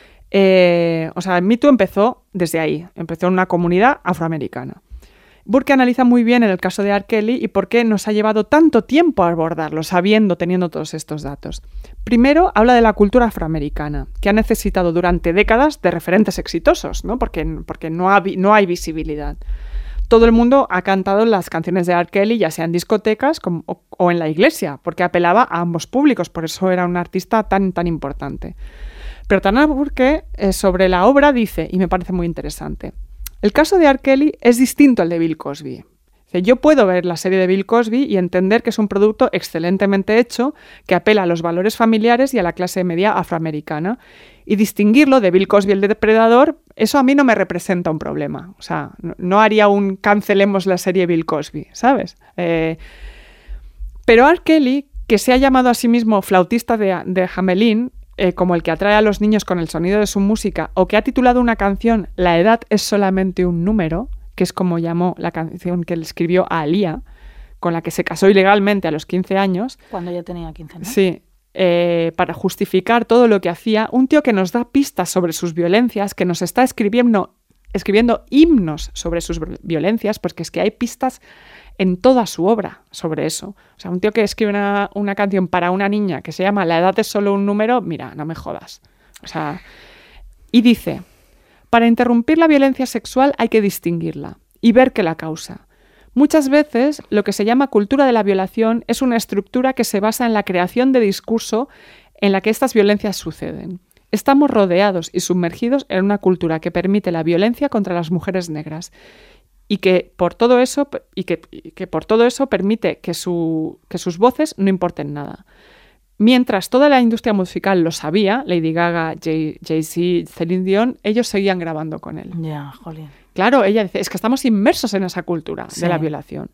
Eh, o sea, el Me Too empezó desde ahí, empezó en una comunidad afroamericana. Burke analiza muy bien en el caso de R. Kelly y por qué nos ha llevado tanto tiempo a abordarlo, sabiendo, teniendo todos estos datos. Primero, habla de la cultura afroamericana, que ha necesitado durante décadas de referentes exitosos, ¿no? Porque, porque no, ha, no hay visibilidad. Todo el mundo ha cantado las canciones de R. Kelly, ya sea en discotecas como, o, o en la iglesia, porque apelaba a ambos públicos, por eso era un artista tan, tan importante. Pero Tarana Burke eh, sobre la obra dice, y me parece muy interesante, el caso de R. Kelly es distinto al de Bill Cosby. Dice, yo puedo ver la serie de Bill Cosby y entender que es un producto excelentemente hecho que apela a los valores familiares y a la clase media afroamericana. Y distinguirlo de Bill Cosby, el depredador, eso a mí no me representa un problema. O sea, no, no haría un cancelemos la serie Bill Cosby, ¿sabes? Eh, pero R. Kelly, que se ha llamado a sí mismo flautista de, de Hamelin, eh, como el que atrae a los niños con el sonido de su música, o que ha titulado una canción La edad es solamente un número, que es como llamó la canción que él escribió a Aaliyah, con la que se casó ilegalmente a los quince años. Cuando yo tenía quince, ¿no? Sí, eh, para justificar todo lo que hacía, un tío que nos da pistas sobre sus violencias, que nos está escribiendo, escribiendo himnos sobre sus violencias, porque es que hay pistas en toda su obra sobre eso. O sea, un tío que escribe una, una canción para una niña que se llama La edad es solo un número, mira, no me jodas. O sea, y dice, para interrumpir la violencia sexual hay que distinguirla y ver qué la causa. Muchas veces lo que se llama cultura de la violación es una estructura que se basa en la creación de discurso en la que estas violencias suceden. Estamos rodeados y sumergidos en una cultura que permite la violencia contra las mujeres negras y que por todo eso, y que, y que por todo eso permite que, su, que sus voces no importen nada. Mientras toda la industria musical lo sabía, Lady Gaga, Jay- Jay-Z, Celine Dion, ellos seguían grabando con él. Ya, jolín. Claro, ella dice, es que estamos inmersos en esa cultura Sí. de la violación.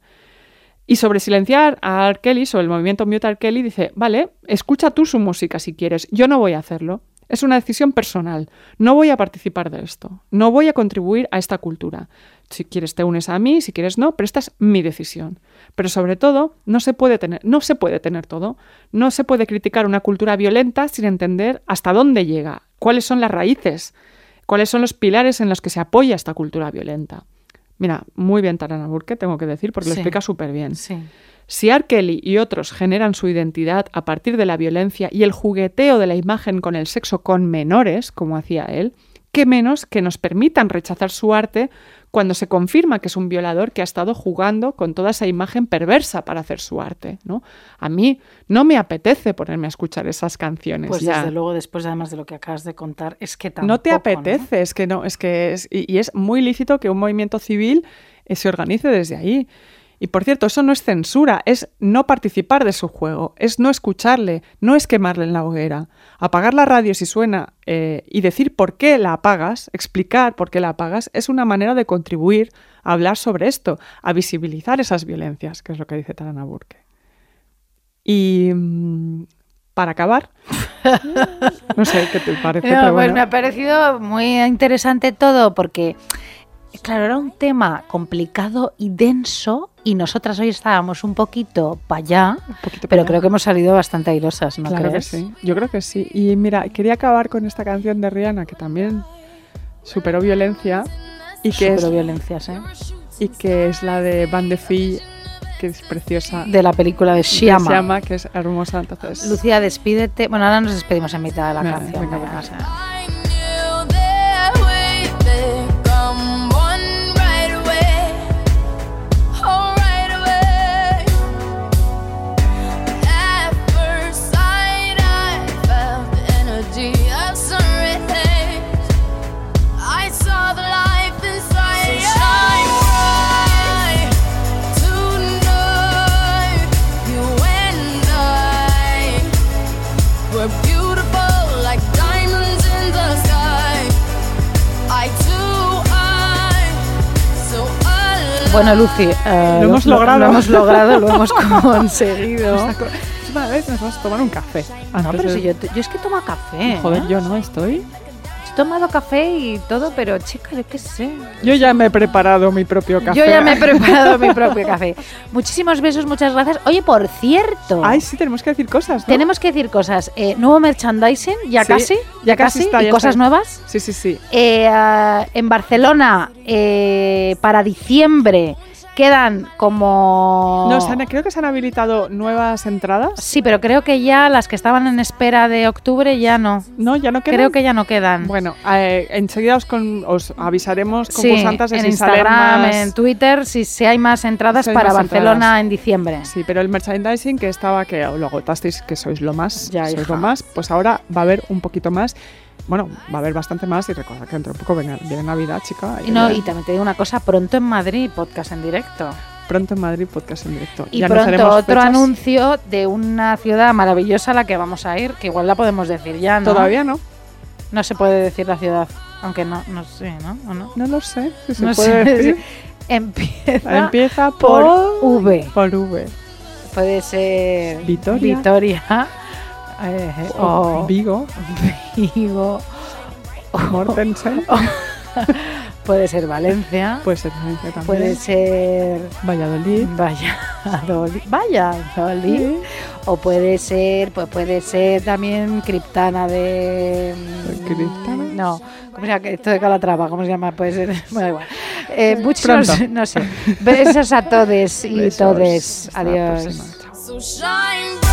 Y sobre silenciar a R. Kelly, sobre el movimiento Mute R. Kelly, dice, vale, escucha tú su música si quieres, yo no voy a hacerlo. Es una decisión personal. No voy a participar de esto. No voy a contribuir a esta cultura. Si quieres te unes a mí, si quieres no, pero esta es mi decisión. Pero sobre todo, no se puede tener, no se puede tener todo. No se puede criticar una cultura violenta sin entender hasta dónde llega, cuáles son las raíces, cuáles son los pilares en los que se apoya esta cultura violenta. Mira, muy bien Tarana Burke, tengo que decir, porque lo Sí. explica súper bien. Sí. Si R. Kelly y otros generan su identidad a partir de la violencia y el jugueteo de la imagen con el sexo con menores, como hacía él, qué menos que nos permitan rechazar su arte cuando se confirma que es un violador que ha estado jugando con toda esa imagen perversa para hacer su arte, ¿no? A mí no me apetece ponerme a escuchar esas canciones. Pues ya. desde luego, después además de lo que acabas de contar, es que tampoco, No te apetece, es que no, es que es, y, y es muy lícito que un movimiento civil eh, se organice desde ahí. Y por cierto, eso no es censura, es no participar de su juego, es no escucharle, no es quemarle en la hoguera. Apagar la radio si suena eh, y decir por qué la apagas, explicar por qué la apagas, es una manera de contribuir a hablar sobre esto, a visibilizar esas violencias, que es lo que dice Tarana Burke. Y mmm, para acabar, no sé qué te parece, No, pero pues bueno. me ha parecido muy interesante todo porque... claro, era un tema complicado y denso y nosotras hoy estábamos un poquito para allá, poquito pero pa' creo allá. que hemos salido bastante airosas, ¿no Claro crees? que sí, yo creo que sí. Y mira, quería acabar con esta canción de Rihanna que también superó violencia y que, Superó es, violencias, ¿eh? y que es la de Van de Fille, que es preciosa. De la película de de Shyama. Shyama, que es hermosa. Entonces, Lucía, despídete. Bueno, ahora nos despedimos en mitad de la Venga, canción. venga, venga, venga. o sea. Bueno, Lucy, eh, Lo hemos logrado. Lo hemos logrado, lo hemos conseguido. esta co- próxima vez nos vamos a tomar un café. No, antes pero de- si yo, yo es que tomo café. Joder, ¿eh? yo no estoy. He tomado café y todo, pero chica, yo qué sé. Yo ya me he preparado mi propio café. Yo ya me he preparado mi propio café. Muchísimos besos, muchas gracias. Oye, por cierto, Ay, sí, tenemos que decir cosas, ¿no? tenemos que decir cosas. Eh, nuevo merchandising, ya Sí, casi, ya casi está, y ya cosas está. nuevas. Sí, sí, sí. Eh, ah, en Barcelona, eh, para diciembre, quedan como... No, se han- creo que se han habilitado nuevas entradas. Sí, pero creo que ya las que estaban en espera de octubre ya no. No, ya no quedan. Creo que ya no quedan. Bueno, eh, enseguida os, con- os avisaremos Sí, concursantes de en si salen Instagram, más. en Twitter, si, si hay más entradas Si hay para más Barcelona entradas. en diciembre. Sí, pero el merchandising que estaba, que lo agotasteis, que sois lo más, Ya, sois hija. lo más, pues ahora va a haber un poquito más. Bueno, va a haber bastante más y recordad que dentro de poco viene, viene Navidad, chica. Y, no, y también te digo una cosa, pronto en Madrid, podcast en directo. Pronto en Madrid, podcast en directo. Y Ya pronto anunciaremos otro fechas. anuncio de una ciudad maravillosa a la que vamos a ir, que igual la podemos decir ya, ¿no? Todavía no. No se puede decir la ciudad, aunque no, no sé, ¿no? ¿O no? No lo sé si se No puede sé, decir. sí. Empieza, Empieza por por, V. Por V. Puede ser Vitoria. Vitoria eh, O o Vigo. Vigo, Mortensen. puede ser Valencia, Puede ser Valencia también. puede ser Valladolid. Valladolid, Valladolid, o puede ser, pues puede ser también Criptana de ¿Criptana? no, ¿cómo se llama? Esto de Calatrava, ¿cómo se llama? Puede ser, bueno, da igual. Eh, muchísimos, Pronto. no sé. Besos a todos y Besos. todes. Hasta la Adiós. próxima. Chao. So shine